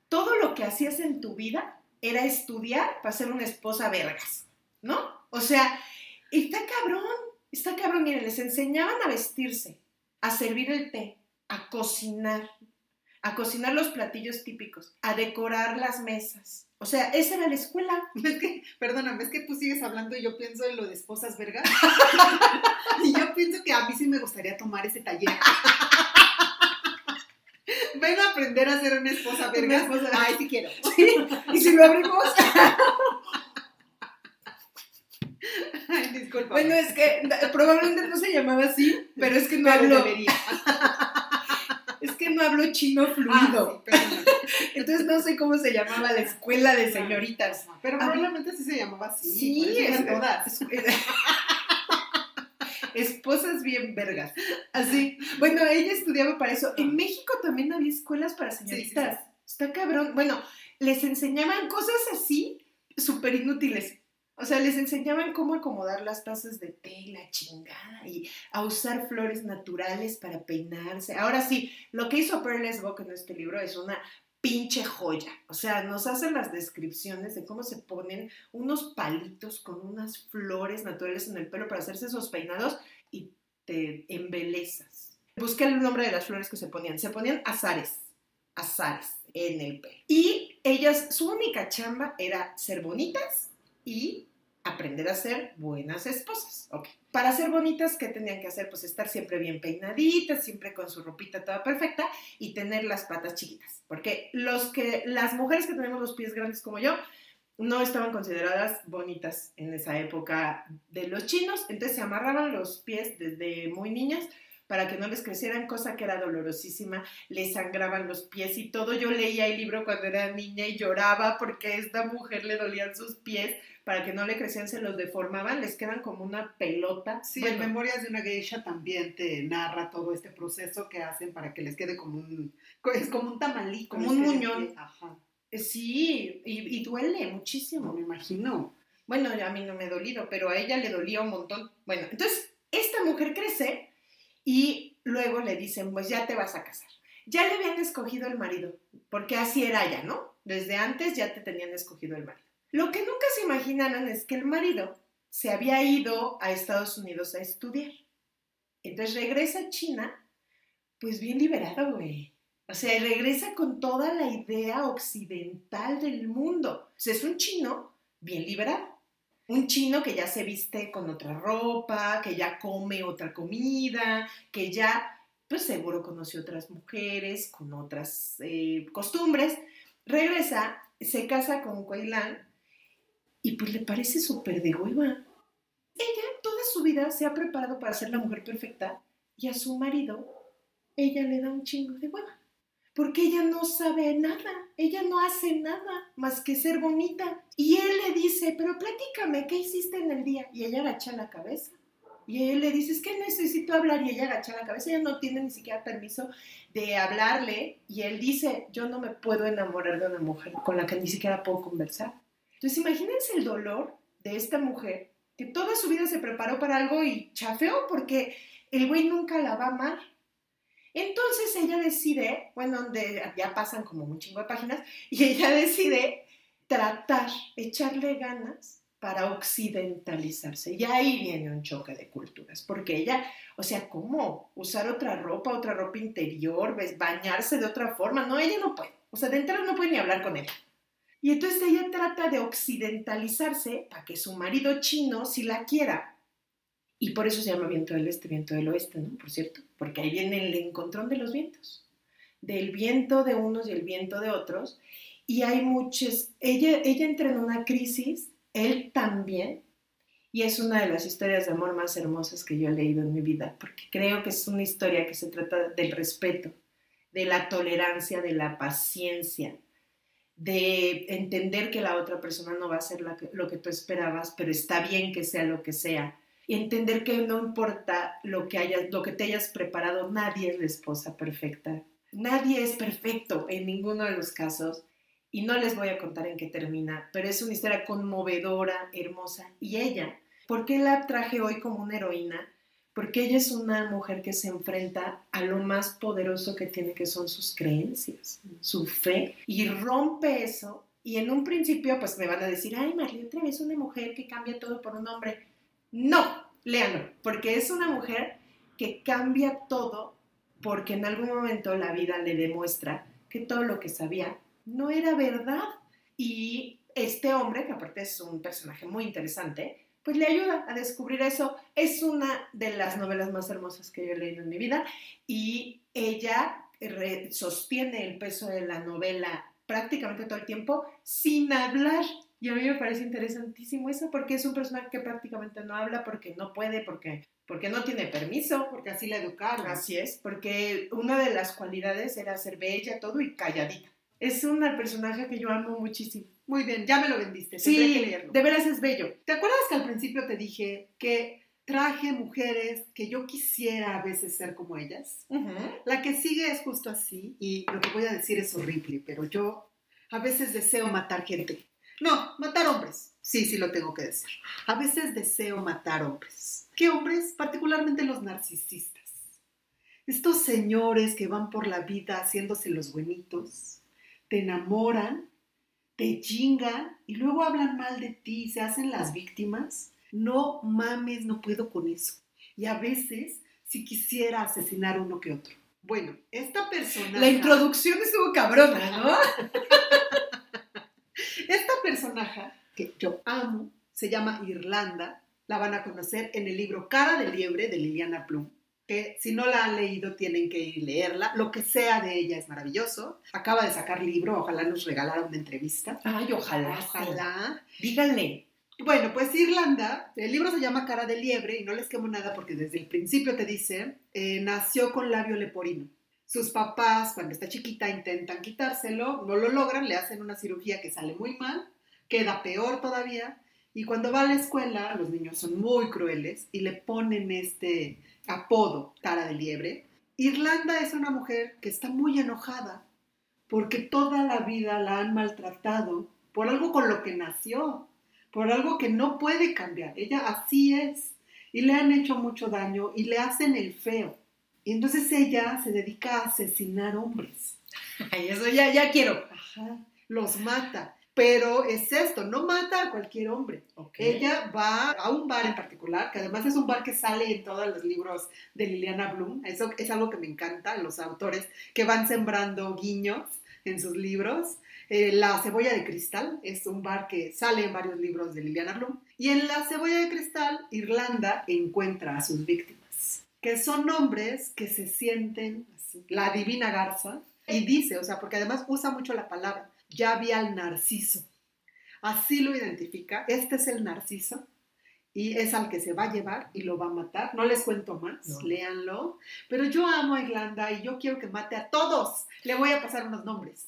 todo lo que hacías en tu vida era estudiar para ser una esposa vergas, ¿no? O sea, está cabrón, miren, les enseñaban a vestirse, a servir el té, a cocinar los platillos típicos, a decorar las mesas. O sea, esa era la escuela. Perdóname, es que tú sigues hablando y yo pienso en lo de esposas vergas. Y yo pienso que a mí sí me gustaría tomar ese taller. Ven a aprender a ser una esposa verga. Ay, sí quiero. Sí, y si lo abrimos. Ay, disculpa. Bueno, es que probablemente no se llamaba así, pero es que no hablo. Es que no hablo chino fluido. Sí, entonces no sé cómo se llamaba la escuela de señoritas. Pero probablemente sí se llamaba así. Sí, es todas. Esposas bien vergas. Así. Bueno, ella estudiaba para eso. En México también había escuelas para señoritas. Sí. Está cabrón. Bueno, les enseñaban cosas así súper inútiles. O sea, les enseñaban cómo acomodar las tazas de té y la chingada y a usar flores naturales para peinarse. Ahora sí, lo que hizo Pearl Buck en este libro es una pinche joya. O sea, nos hacen las descripciones de cómo se ponen unos palitos con unas flores naturales en el pelo para hacerse esos peinados y te embelezas. Busqué el nombre de las flores que se ponían. Se ponían azares en el pelo. Y ellas, su única chamba era ser bonitas y aprender a ser buenas esposas. Okay. Para ser bonitas, ¿qué tenían que hacer? Pues estar siempre bien peinaditas, siempre con su ropita toda perfecta y tener las patas chiquitas. Porque las mujeres que tenemos los pies grandes como yo, no estaban consideradas bonitas en esa época de los chinos, entonces se amarraban los pies desde muy niñas para que no les crecieran, cosa que era dolorosísima, les sangraban los pies y todo. Yo leía el libro cuando era niña y lloraba porque a esta mujer le dolían sus pies, para que no le crecían, se los deformaban, les quedan como una pelota. Sí, bueno, en Memorias de una Geisha también te narra todo este proceso que hacen para que les quede es como un tamalito. Como un muñón. Ajá. Sí, y duele muchísimo. No me imagino. Bueno, a mí no me ha dolido, pero a ella le dolía un montón. Bueno, entonces, esta mujer crece y luego le dicen, pues ya te vas a casar. Ya le habían escogido el marido, porque así era ella, ¿no? Desde antes ya te tenían escogido el marido. Lo que nunca se imaginaron es que el marido se había ido a Estados Unidos a estudiar. Entonces regresa a China, pues bien liberado, güey. O sea, regresa con toda la idea occidental del mundo. O sea, es un chino bien liberado. Un chino que ya se viste con otra ropa, que ya come otra comida, que ya, pues seguro conoció otras mujeres, con otras costumbres. Regresa, se casa con Kuai Lan y pues le parece súper de hueva. Ella toda su vida se ha preparado para ser la mujer perfecta y a su marido ella le da un chingo de hueva. Porque ella no sabe nada, ella no hace nada más que ser bonita. Y él le dice, pero platícame, ¿qué hiciste en el día? Y ella agacha la cabeza. Y él le dice, es que necesito hablar. Y ella agacha la cabeza, ella no tiene ni siquiera permiso de hablarle. Y él dice, yo no me puedo enamorar de una mujer con la que ni siquiera puedo conversar. Entonces imagínense el dolor de esta mujer que toda su vida se preparó para algo y chafeó porque el güey nunca la va a amar. Entonces ella decide, bueno, ya pasan como un chingo de páginas, y ella decide echarle ganas para occidentalizarse. Y ahí viene un choque de culturas, porque ella, o sea, ¿cómo? Usar otra ropa interior, bañarse de otra forma. No, ella no puede. O sea, de entrada no puede ni hablar con ella. Y entonces ella trata de occidentalizarse para que su marido chino sí la quiera. Y por eso se llama viento del este, viento del oeste, ¿no? Por cierto, porque ahí viene el encontrón de los vientos, del viento de unos y el viento de otros, y hay muchos, ella entra en una crisis, él también, y es una de las historias de amor más hermosas que yo he leído en mi vida, porque creo que es una historia que se trata del respeto, de la tolerancia, de la paciencia, de entender que la otra persona no va a ser lo que tú esperabas, pero está bien que sea lo que sea. Y entender que no importa lo que te hayas preparado, nadie es la esposa perfecta. Nadie es perfecto en ninguno de los casos. Y no les voy a contar en qué termina, pero es una historia conmovedora, hermosa. Y ella, ¿por qué la traje hoy como una heroína? porque ella es una mujer que se enfrenta a lo más poderoso que tiene, que son sus creencias, su fe, y rompe eso. Y en un principio, pues me van a decir, ay, Marley, otra vez una mujer que cambia todo por un hombre. No, léanlo, porque es una mujer que cambia todo porque en algún momento la vida le demuestra que todo lo que sabía no era verdad. Y este hombre, que aparte es un personaje muy interesante, pues le ayuda a descubrir eso. Es una de las novelas más hermosas que yo he leído en mi vida y ella sostiene el peso de la novela prácticamente todo el tiempo sin hablar. Y a mí me parece interesantísimo eso, porque es un personaje que prácticamente no habla, porque no puede, porque no tiene permiso. Porque así la educaron. Así es, porque una de las cualidades era ser bella, todo y calladita. Es una personaje que yo amo muchísimo. Muy bien, ya me lo vendiste. Sí, tendré que leerlo. De veras es bello. ¿Te acuerdas que al principio te dije que traje mujeres que yo quisiera a veces ser como ellas? La que sigue es justo así, y lo que voy a decir es horrible, pero yo a veces deseo matar gente. No, matar hombres. Sí, lo tengo que decir. A veces deseo matar hombres. ¿Qué hombres? Particularmente los narcisistas. Estos señores que van por la vida haciéndose los buenitos, te enamoran, te chingan y luego hablan mal de ti, se hacen las víctimas. No mames, no puedo con eso. Y a veces sí quisiera asesinar uno que otro. Bueno, esta persona... La introducción estuvo cabrona, ¿no? Esta personaje que yo amo se llama Irlanda. La van a conocer en el libro Cara de Liebre de Liliana Plum, que si no la han leído tienen que ir a leerla. Lo que sea de ella es maravilloso. Acaba de sacar libro, ojalá nos regalara una entrevista. Ay, ojalá. Ojalá. Díganle. Bueno, pues Irlanda, el libro se llama Cara de Liebre y no les quemo nada porque desde el principio te dice, nació con labio leporino. Sus papás, cuando está chiquita, intentan quitárselo, no lo logran, le hacen una cirugía que sale muy mal, queda peor todavía, y cuando va a la escuela, los niños son muy crueles y le ponen este apodo, Cara de Liebre. Irlanda es una mujer que está muy enojada porque toda la vida la han maltratado por algo con lo que nació, por algo que no puede cambiar. Ella así es, y le han hecho mucho daño y le hacen el feo. Y entonces ella se dedica a asesinar hombres. Ay, eso ya quiero. Ajá, los mata. Pero es esto, no mata a cualquier hombre. Okay. Ella va a un bar en particular, que además es un bar que sale en todos los libros de Liliana Blum. Eso es algo que me encanta, los autores que van sembrando guiños en sus libros. La Cebolla de Cristal es un bar que sale en varios libros de Liliana Blum. Y en La Cebolla de Cristal, Irlanda encuentra a sus víctimas, que son hombres que se sienten así, la divina garza, y dice, o sea, porque además usa mucho la palabra, ya vi al narciso. Así lo identifica, este es el narciso, y es al que se va a llevar y lo va a matar. No les cuento más, no. Léanlo. Pero yo amo a Irlanda y yo quiero que mate a todos. Le voy a pasar unos nombres.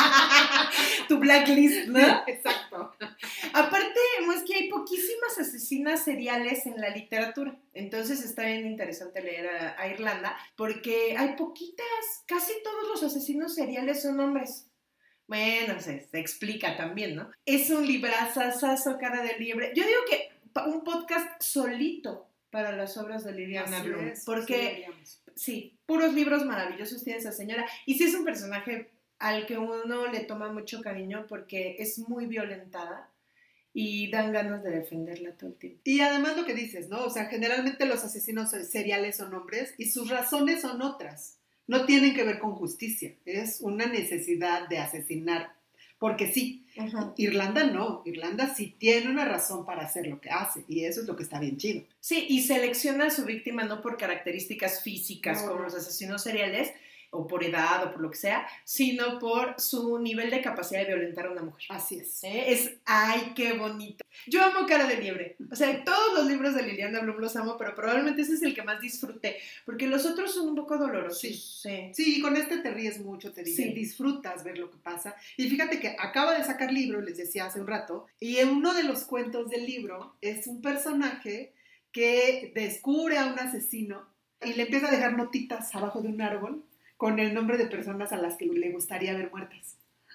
Tu blacklist, ¿no? Exacto. Aparte, es que hay poquísimas asesinas seriales en la literatura. Entonces está bien interesante leer a Irlanda porque hay poquitas. Casi todos los asesinos seriales son hombres. Bueno, se explica también, ¿no? Es un librazazazo, Cara de Liebre. Yo digo que un podcast solito para las obras de Liliana Blum, porque sí, puros libros maravillosos tiene esa señora, y sí es un personaje al que uno le toma mucho cariño porque es muy violentada y dan ganas de defenderla todo el tiempo. Y además lo que dices, ¿no? O sea, generalmente los asesinos seriales son hombres y sus razones son otras, no tienen que ver con justicia, es una necesidad de asesinar. Porque sí, uh-huh. Irlanda no, Irlanda sí tiene una razón para hacer lo que hace y eso es lo que está bien chido. Sí, y selecciona a su víctima no por características físicas como los asesinos seriales o por edad o por lo que sea, sino por su nivel de capacidad de violentar a una mujer. Así es. ¡Ay, qué bonito! Yo amo Cara de Liebre. O sea, todos los libros de Liliana Blum los amo, pero probablemente ese es el que más disfruté, porque los otros son un poco dolorosos. Sí, y con este te ríes mucho, te digo, disfrutas ver lo que pasa. Y fíjate que acaba de sacar libro, les decía hace un rato, y en uno de los cuentos del libro es un personaje que descubre a un asesino y le empieza a dejar notitas abajo de un árbol con el nombre de personas a las que le gustaría ver muertas.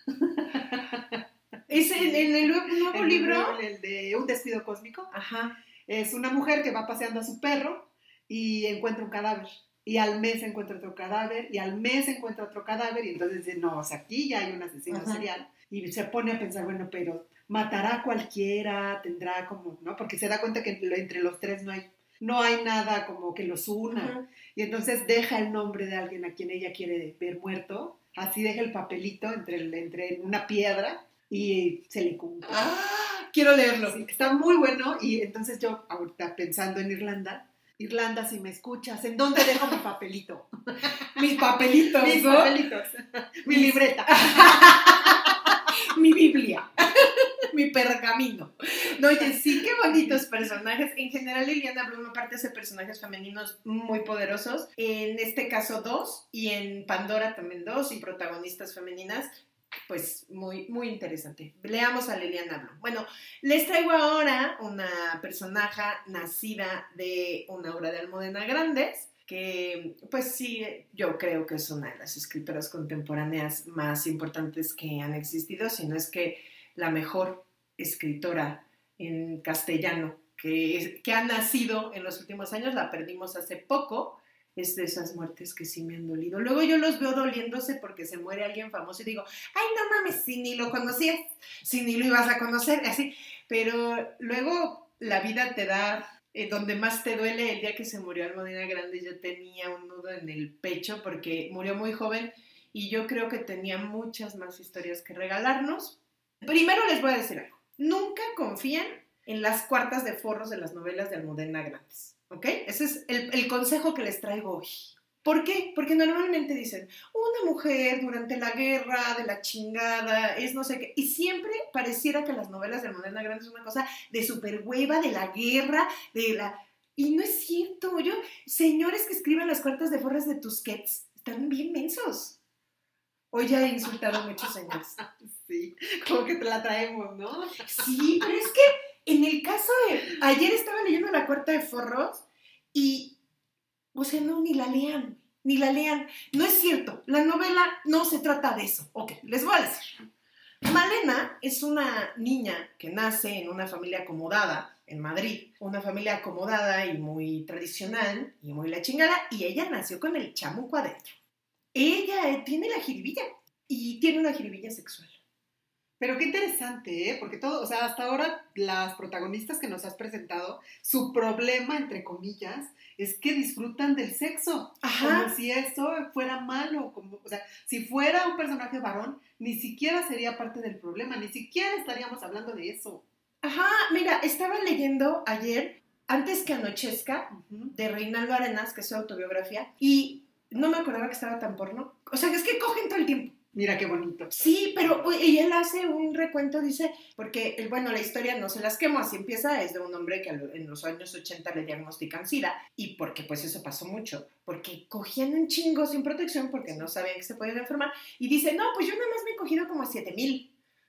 ¿Es en el nuevo libro? El de Un descuido cósmico. Ajá. Es una mujer que va paseando a su perro y encuentra un cadáver. Y al mes encuentra otro cadáver, y al mes encuentra otro cadáver, y entonces dice, no, o sea, aquí ya hay un asesino serial. Y se pone a pensar, bueno, pero matará a cualquiera, tendrá como, ¿no? Porque se da cuenta que entre los tres no hay nada como que los una. Y entonces deja el nombre de alguien a quien ella quiere ver muerto, así deja el papelito entre una piedra y se le cumple. ¡Ah! Quiero leerlo. Sí, está muy bueno, y entonces yo ahorita pensando en Irlanda, si me escuchas, ¿en dónde dejo mi papelito? Mis papelitos, Mis ¿no? papelitos, mi libreta. Mi Biblia. Mi pergamino. No, oye, sí, qué bonitos personajes. En general, Liliana Bloom aparte hace personajes femeninos muy poderosos. En este caso, 2, y en Pandora también 2, y protagonistas femeninas, pues muy, muy interesante. Leamos a Liliana Bloom. Bueno, les traigo ahora una personaje nacida de una obra de Almudena Grandes, que pues sí, yo creo que es una de las escritoras contemporáneas más importantes que han existido, si no es que la mejor escritora en castellano que ha nacido en los últimos años. La perdimos hace poco. Es de esas muertes que sí me han dolido. Luego yo los veo doliéndose porque se muere alguien famoso y digo, ay, no mames, si ni lo conocías, si ni lo ibas a conocer, así. Pero luego la vida te da donde más te duele. El día que se murió Almudena Grandes yo tenía un nudo en el pecho porque murió muy joven y yo creo que tenía muchas más historias que regalarnos. Primero les voy a decir algo. Nunca confíen en las cuartas de forros de las novelas de Almudena Grandes, ¿ok? Ese es el consejo que les traigo hoy. ¿Por qué? Porque normalmente dicen, una mujer durante la guerra de la chingada es no sé qué, y siempre pareciera que las novelas de Almudena Grandes es una cosa de super hueva, de la guerra, y no es cierto. Señores que escriben las cuartas de forros de Tusquets, están bien mensos. Hoy ya he insultado a muchos señores. Sí, como que te la traemos, ¿no? Sí, pero es que en el caso de... Ayer estaba leyendo la cuarta de forros y... O sea, no, ni la lean. No es cierto, la novela no se trata de eso. Ok, les voy a decir. Malena es una niña que nace en una familia acomodada en Madrid. Una familia acomodada y muy tradicional y muy la chingada. Y ella nació con el chamuco adentro. Ella tiene la jiribilla y tiene una jiribilla sexual. Pero qué interesante, ¿eh? Porque todo, o sea, hasta ahora las protagonistas que nos has presentado, su problema, entre comillas, es que disfrutan del sexo. Ajá. Como si eso fuera malo. O sea, si fuera un personaje varón, ni siquiera sería parte del problema, ni siquiera estaríamos hablando de eso. Ajá, mira, estaba leyendo ayer, Antes que anochezca, de Reinaldo Arenas, que es su autobiografía, y no me acordaba que estaba tan porno. O sea, es que cogen todo el tiempo. Mira qué bonito. Sí, pero y él hace un recuento, dice, porque, bueno, la historia no se las quemo, así empieza, es de un hombre que en los años 80 le diagnostican SIDA, y porque pues eso pasó mucho, porque cogían un chingo sin protección porque no sabían que se podían enfermar, y dice, no, pues yo nada más me he cogido como 7,000.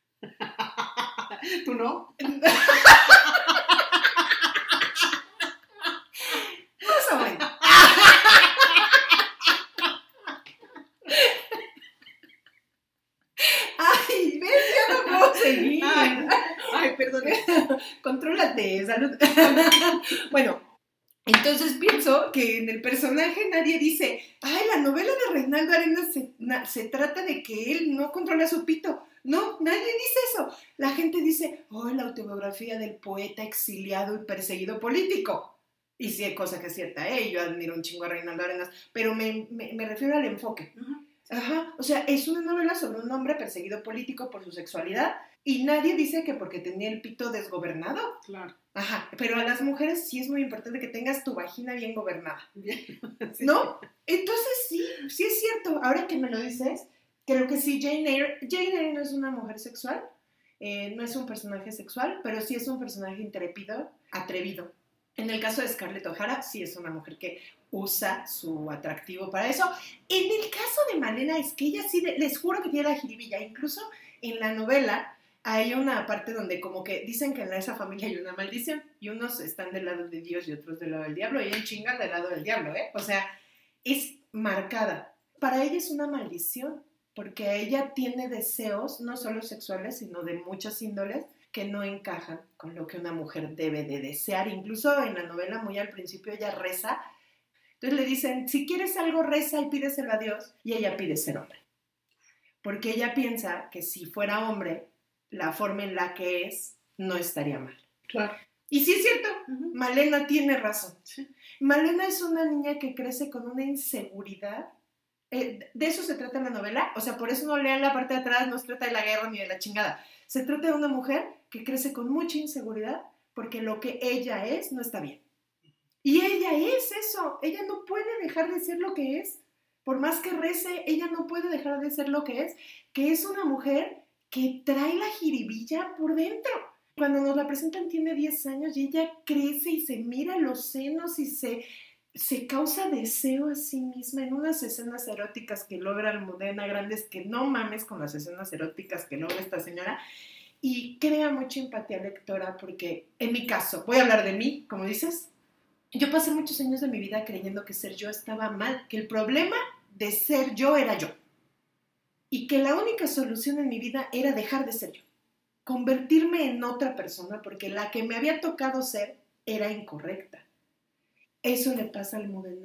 ¿Tú no? Más o menos. Ay, ves, ya no puedo seguir. Ay, perdón. Contrólate, salud. Bueno, entonces pienso que en el personaje nadie dice, ay, la novela de Reinaldo Arenas se trata de que él no controla su pito. No, nadie dice eso. La gente dice, oh, la autobiografía del poeta exiliado y perseguido político. Y sí, es cosa que es cierta, yo admiro un chingo a Reinaldo Arenas, pero me refiero al enfoque. Ajá, o sea, es una novela sobre un hombre perseguido político por su sexualidad y nadie dice que porque tenía el pito desgobernado. Claro. Ajá, pero a las mujeres sí es muy importante que tengas tu vagina bien gobernada. Bien. Sí. ¿No? Entonces sí es cierto. Ahora que me lo dices, creo que sí, Jane Eyre no es una mujer sexual, no es un personaje sexual, pero sí es un personaje intrépido, atrevido. En el caso de Scarlett O'Hara, sí es una mujer que usa su atractivo para eso. En el caso de Malena, es que ella sí, les juro que tiene la jiribilla. Incluso en la novela hay una parte donde como que dicen que en esa familia hay una maldición y unos están del lado de Dios y otros del lado del diablo, y ella chinga del lado del diablo, ¿eh? O sea, es marcada. Para ella es una maldición, porque ella tiene deseos, no solo sexuales, sino de muchas índoles, que no encajan con lo que una mujer debe de desear. Incluso en la novela, muy al principio, ella reza Entonces le dicen, si quieres algo, reza y pídeselo a Dios. Y ella pide ser hombre. Porque ella piensa que si fuera hombre, la forma en la que es no estaría mal. Claro. Y sí es cierto, Malena tiene razón. Sí. Malena es una niña que crece con una inseguridad. De eso se trata la novela. O sea, por eso no lean la parte de atrás, no se trata de la guerra ni de la chingada. Se trata de una mujer que crece con mucha inseguridad porque lo que ella es no está bien. Y ella es eso. Ella no puede dejar de ser lo que es. Por más que rece, ella no puede dejar de ser lo que es una mujer que trae la jiribilla por dentro. Cuando nos la presentan tiene 10 años y ella crece y se mira los senos y se causa deseo a sí misma en unas escenas eróticas que logra Almudena Grandes, que no mames con las escenas eróticas que logra esta señora, y crea mucha empatía lectora porque, en mi caso, voy a hablar de mí, como dices, yo pasé muchos años de mi vida creyendo que ser yo estaba mal, que el problema de ser yo era yo, y que la única solución en mi vida era dejar de ser yo, convertirme en otra persona, porque la que me había tocado ser era incorrecta. Eso le pasa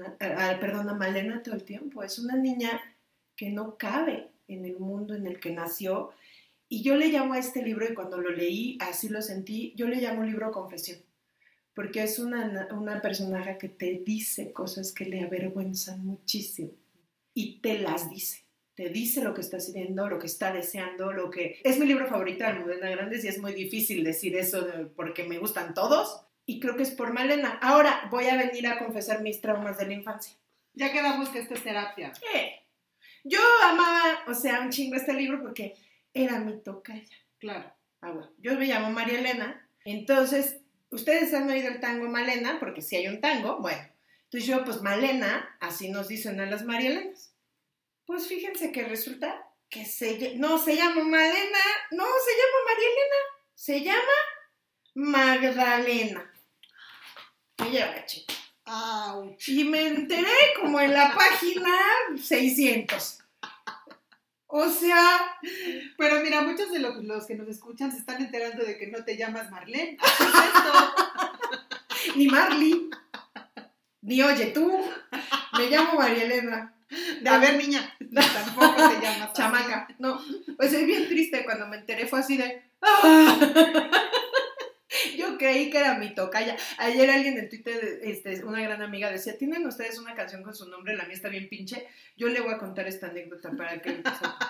a Malena todo el tiempo. Es una niña que no cabe en el mundo en el que nació. Y yo le llamo a este libro, y cuando lo leí, así lo sentí, yo le llamo libro confesión. Porque es una personaje que te dice cosas que le avergüenzan muchísimo. Y te las dice. Te dice lo que está sintiendo, lo que está deseando, lo que... Es mi libro favorito de Almudena Grandes y es muy difícil decir eso porque me gustan todos. Y creo que es por Malena. Ahora voy a venir a confesar mis traumas de la infancia. Ya quedamos que esto es terapia. Yo amaba, un chingo este libro porque era mi tocaya. Claro. Bueno, yo me llamo María Elena. Entonces, ustedes han oído el tango Malena, porque si hay un tango, bueno. Entonces yo, pues Malena, así nos dicen a las María Elenas. Pues fíjense que resulta que no se llama Malena, no se llama María Elena, se llama Magdalena. Ella la chica. Y me enteré como en la página 600. O sea... Pero mira, muchos de los que nos escuchan se están enterando de que no te llamas Marlene. ¿Qué es esto? Ni Marley. Ni oye tú. Me llamo María Elena. A ver, niña, tampoco te llamas chamaca. Así. No, pues es bien triste. Cuando me enteré fue así de... Yo creí que era mi tocaya. Ayer alguien en Twitter, una gran amiga decía, ¿tienen ustedes una canción con su nombre? La mía está bien pinche. Yo le voy a contar esta anécdota para que...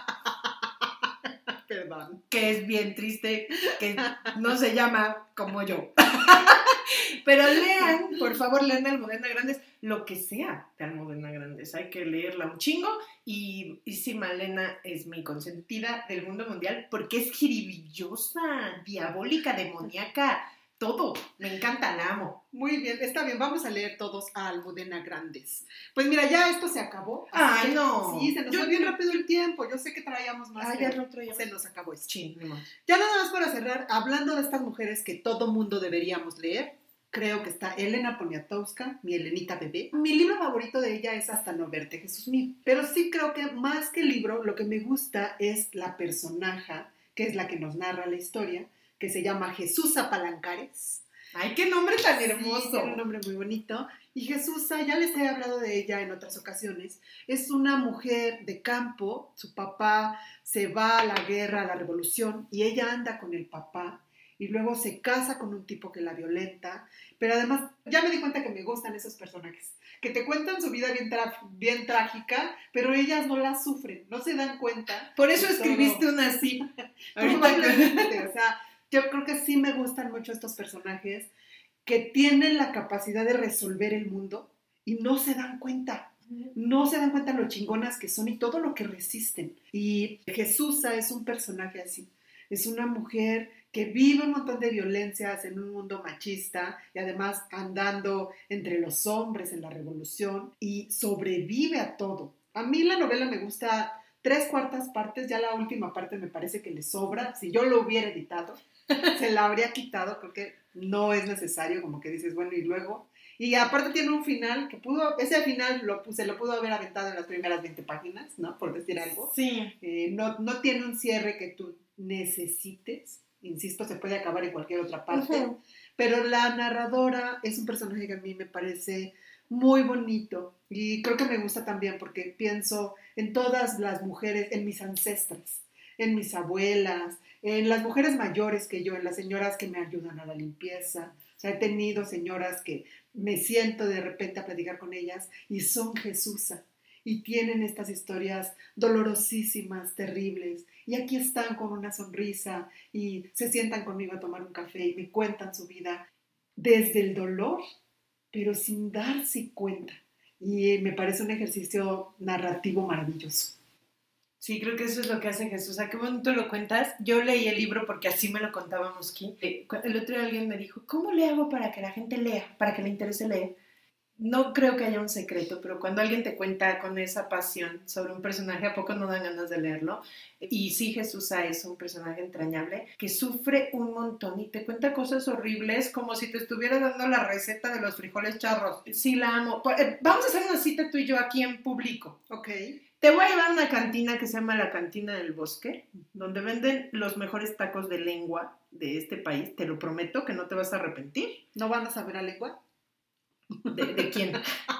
Perdón. Que es bien triste, que no se llama como yo. Pero lean, por favor, lean de Almudena Grandes, lo que sea de Almudena Grandes. Hay que leerla un chingo. Y sí, Malena es mi consentida del mundo mundial porque es jiribillosa, diabólica, demoníaca, todo. Me encanta, la amo. Muy bien, está bien, vamos a leer todos a Almudena Grandes. Pues mira, ya esto se acabó. Ay, no. Sí, se nos fue bien rápido el tiempo. Yo sé que traíamos más. Ya no traíamos. Se nos acabó esto. Sí, no. Ya nada más para cerrar, hablando de estas mujeres que todo mundo deberíamos leer, creo que está Elena Poniatowska, mi Elenita bebé. Mi libro favorito de ella es Hasta no verte, Jesús mío. Pero sí creo que más que el libro, lo que me gusta es la personaje, que es la que nos narra la historia, que se llama Jesús Palancares. ¡Ay, qué nombre tan hermoso! Sí, tiene un nombre muy bonito. Y Jesús, ya les he hablado de ella en otras ocasiones, es una mujer de campo. Su papá se va a la guerra, a la revolución, y ella anda con el papá, y luego se casa con un tipo que la violenta. Pero además, ya me di cuenta que me gustan esos personajes, que te cuentan su vida bien trágica, pero ellas no la sufren, no se dan cuenta. Por eso escribiste una así. O sea, yo creo que sí me gustan mucho estos personajes que tienen la capacidad de resolver el mundo y no se dan cuenta. No se dan cuenta lo chingonas que son y todo lo que resisten. Y Jesusa es un personaje así. Es una mujer que vive un montón de violencias en un mundo machista y además andando entre los hombres en la revolución y sobrevive a todo. A mí la novela me gusta 3/4 partes, ya la última parte me parece que le sobra. Si yo lo hubiera editado, se la habría quitado, creo que no es necesario, como que dices, bueno, y luego... Y aparte tiene un final que ese final se lo pudo haber aventado en las primeras 20 páginas, ¿no? Por decir algo. Sí. No tiene un cierre que tú necesites. Insisto, se puede acabar en cualquier otra parte. Uh-huh. Pero la narradora es un personaje que a mí me parece muy bonito. Y creo que me gusta también porque pienso en todas las mujeres, en mis ancestras, en mis abuelas, en las mujeres mayores que yo, en las señoras que me ayudan a la limpieza. O sea, he tenido señoras que me siento de repente a platicar con ellas y son Jesusa y tienen estas historias dolorosísimas, terribles, y aquí están con una sonrisa y se sientan conmigo a tomar un café y me cuentan su vida desde el dolor, pero sin darse cuenta. Y me parece un ejercicio narrativo maravilloso. Sí, creo que eso es lo que hace Jesús. ¿A qué bonito lo cuentas? Yo leí el libro porque así me lo contaba Mosqui. El otro día alguien me dijo, ¿cómo le hago para que la gente lea, para que le interese leer? No creo que haya un secreto, pero cuando alguien te cuenta con esa pasión sobre un personaje, ¿a poco no dan ganas de leerlo? Y sí, Jesús es un personaje entrañable que sufre un montón y te cuenta cosas horribles como si te estuviera dando la receta de los frijoles charros. Sí, la amo. Vamos a hacer una cita tú y yo aquí en público. Ok. Te voy a llevar a una cantina que se llama la Cantina del Bosque, donde venden los mejores tacos de lengua de este país. Te lo prometo que no te vas a arrepentir. ¿No van a saber a lengua? ¿De quién?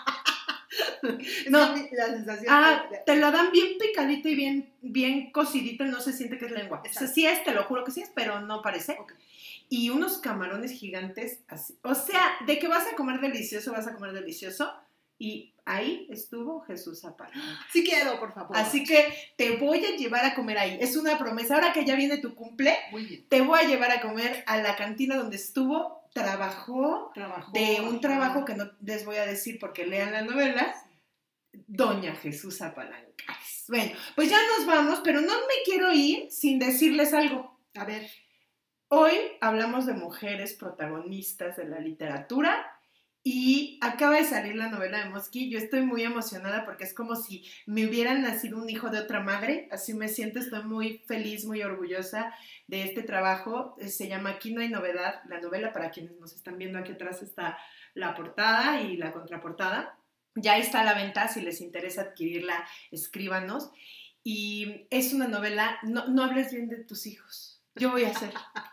No, la sensación te lo dan bien picadita y bien cocidita, no se siente que es lengua. O sea, sí es, te lo juro que sí es, pero no parece. Okay. Y unos camarones gigantes así. O sea, de que vas a comer delicioso, vas a comer delicioso. Y ahí estuvo Jesús Palanca. Sí quiero, por favor. Así que te voy a llevar a comer ahí. Es una promesa. Ahora que ya viene tu cumple, muy bien, te voy a llevar a comer a la cantina donde estuvo. Trabajó de un trabajo que no les voy a decir porque lean la novela. Doña Jesús Palanca. Bueno, pues ya nos vamos, pero no me quiero ir sin decirles algo. A ver. Hoy hablamos de mujeres protagonistas de la literatura. Y acaba de salir la novela de Mosqui. Yo estoy muy emocionada porque es como si me hubiera nacido un hijo de otra madre. Así me siento, estoy muy feliz, muy orgullosa de este trabajo. Se llama Aquí no hay novedad. La novela, para quienes nos están viendo, aquí atrás está la portada y la contraportada. Ya está a la venta, si les interesa adquirirla, escríbanos. Y es una novela, no hables bien de tus hijos. Yo voy a hacer...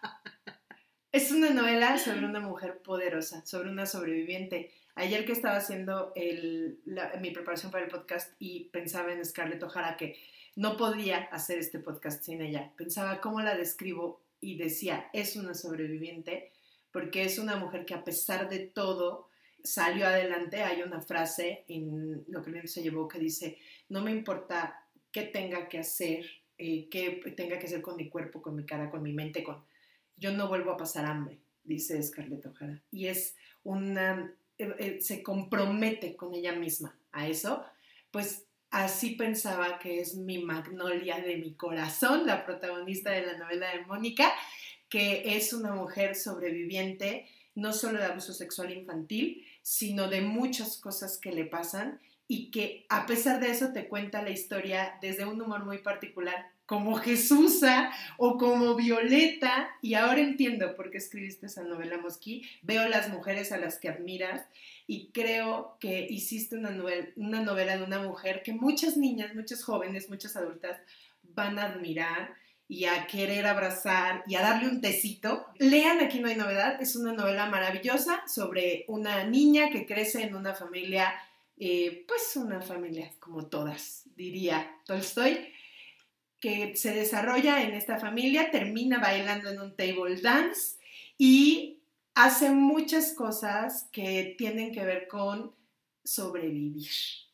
Es una novela sobre una mujer poderosa, sobre una sobreviviente. Ayer que estaba haciendo mi preparación para el podcast y pensaba en Scarlett O'Hara, que no podía hacer este podcast sin ella. Pensaba cómo la describo y decía, es una sobreviviente porque es una mujer que a pesar de todo salió adelante. Hay una frase en Lo que el viento se llevó que dice, no me importa qué tenga que hacer, qué tenga que hacer con mi cuerpo, con mi cara, con mi mente, yo no vuelvo a pasar hambre, dice Scarlett O'Hara. Y es se compromete con ella misma a eso. Pues así pensaba que es mi Magnolia de mi corazón, la protagonista de la novela de Mónica, que es una mujer sobreviviente, no solo de abuso sexual infantil, sino de muchas cosas que le pasan y que a pesar de eso te cuenta la historia desde un humor muy particular, como Jesusa o como Violeta, y ahora entiendo por qué escribiste esa novela, Mosqui. Veo las mujeres a las que admiras y creo que hiciste una novela de una mujer que muchas niñas, muchas jóvenes, muchas adultas van a admirar y a querer abrazar y a darle un tecito. Lean Aquí no hay novedad, es una novela maravillosa sobre una niña que crece en una familia, pues una familia como todas, diría Tolstoy, que se desarrolla en esta familia, termina bailando en un table dance y hace muchas cosas que tienen que ver con sobrevivir,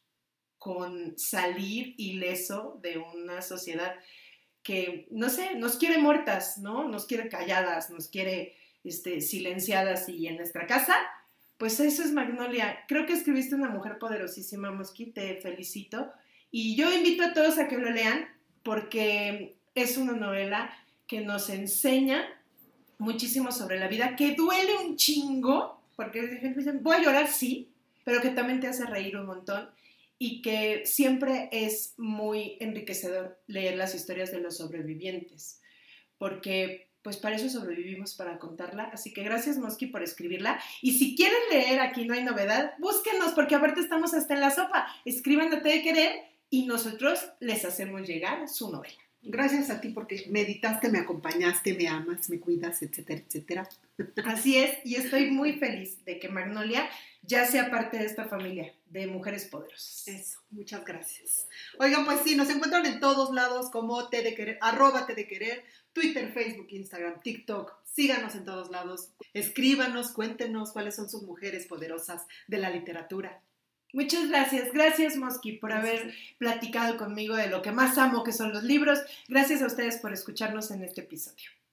con salir ileso de una sociedad que, no sé, nos quiere muertas, ¿no? Nos quiere calladas, nos quiere silenciadas, y en nuestra casa, pues eso es Magnolia. Creo que escribiste una mujer poderosísima, Mosqui, te felicito. Y yo invito a todos a que lo lean, porque es una novela que nos enseña muchísimo sobre la vida, que duele un chingo, porque dicen, voy a llorar, sí, pero que también te hace reír un montón y que siempre es muy enriquecedor leer las historias de los sobrevivientes, porque pues para eso sobrevivimos, para contarla. Así que gracias, Mosqui, por escribirla. Y si quieren leer Aquí no hay novedad, búsquenos, porque aparte estamos hasta en la sopa. Escriban a Te de Querer y nosotros les hacemos llegar su novela. Gracias a ti porque meditaste, me acompañaste, me amas, me cuidas, etcétera, etcétera. Así es, y estoy muy feliz de que Magnolia ya sea parte de esta familia de mujeres poderosas. Eso, muchas gracias. Oigan, pues sí, nos encuentran en todos lados como @TDQuerer, Twitter, Facebook, Instagram, TikTok. Síganos en todos lados. Escríbanos, cuéntenos cuáles son sus mujeres poderosas de la literatura. Muchas gracias. Gracias, Mosqui, por haber platicado conmigo de lo que más amo, que son los libros. Gracias a ustedes por escucharnos en este episodio.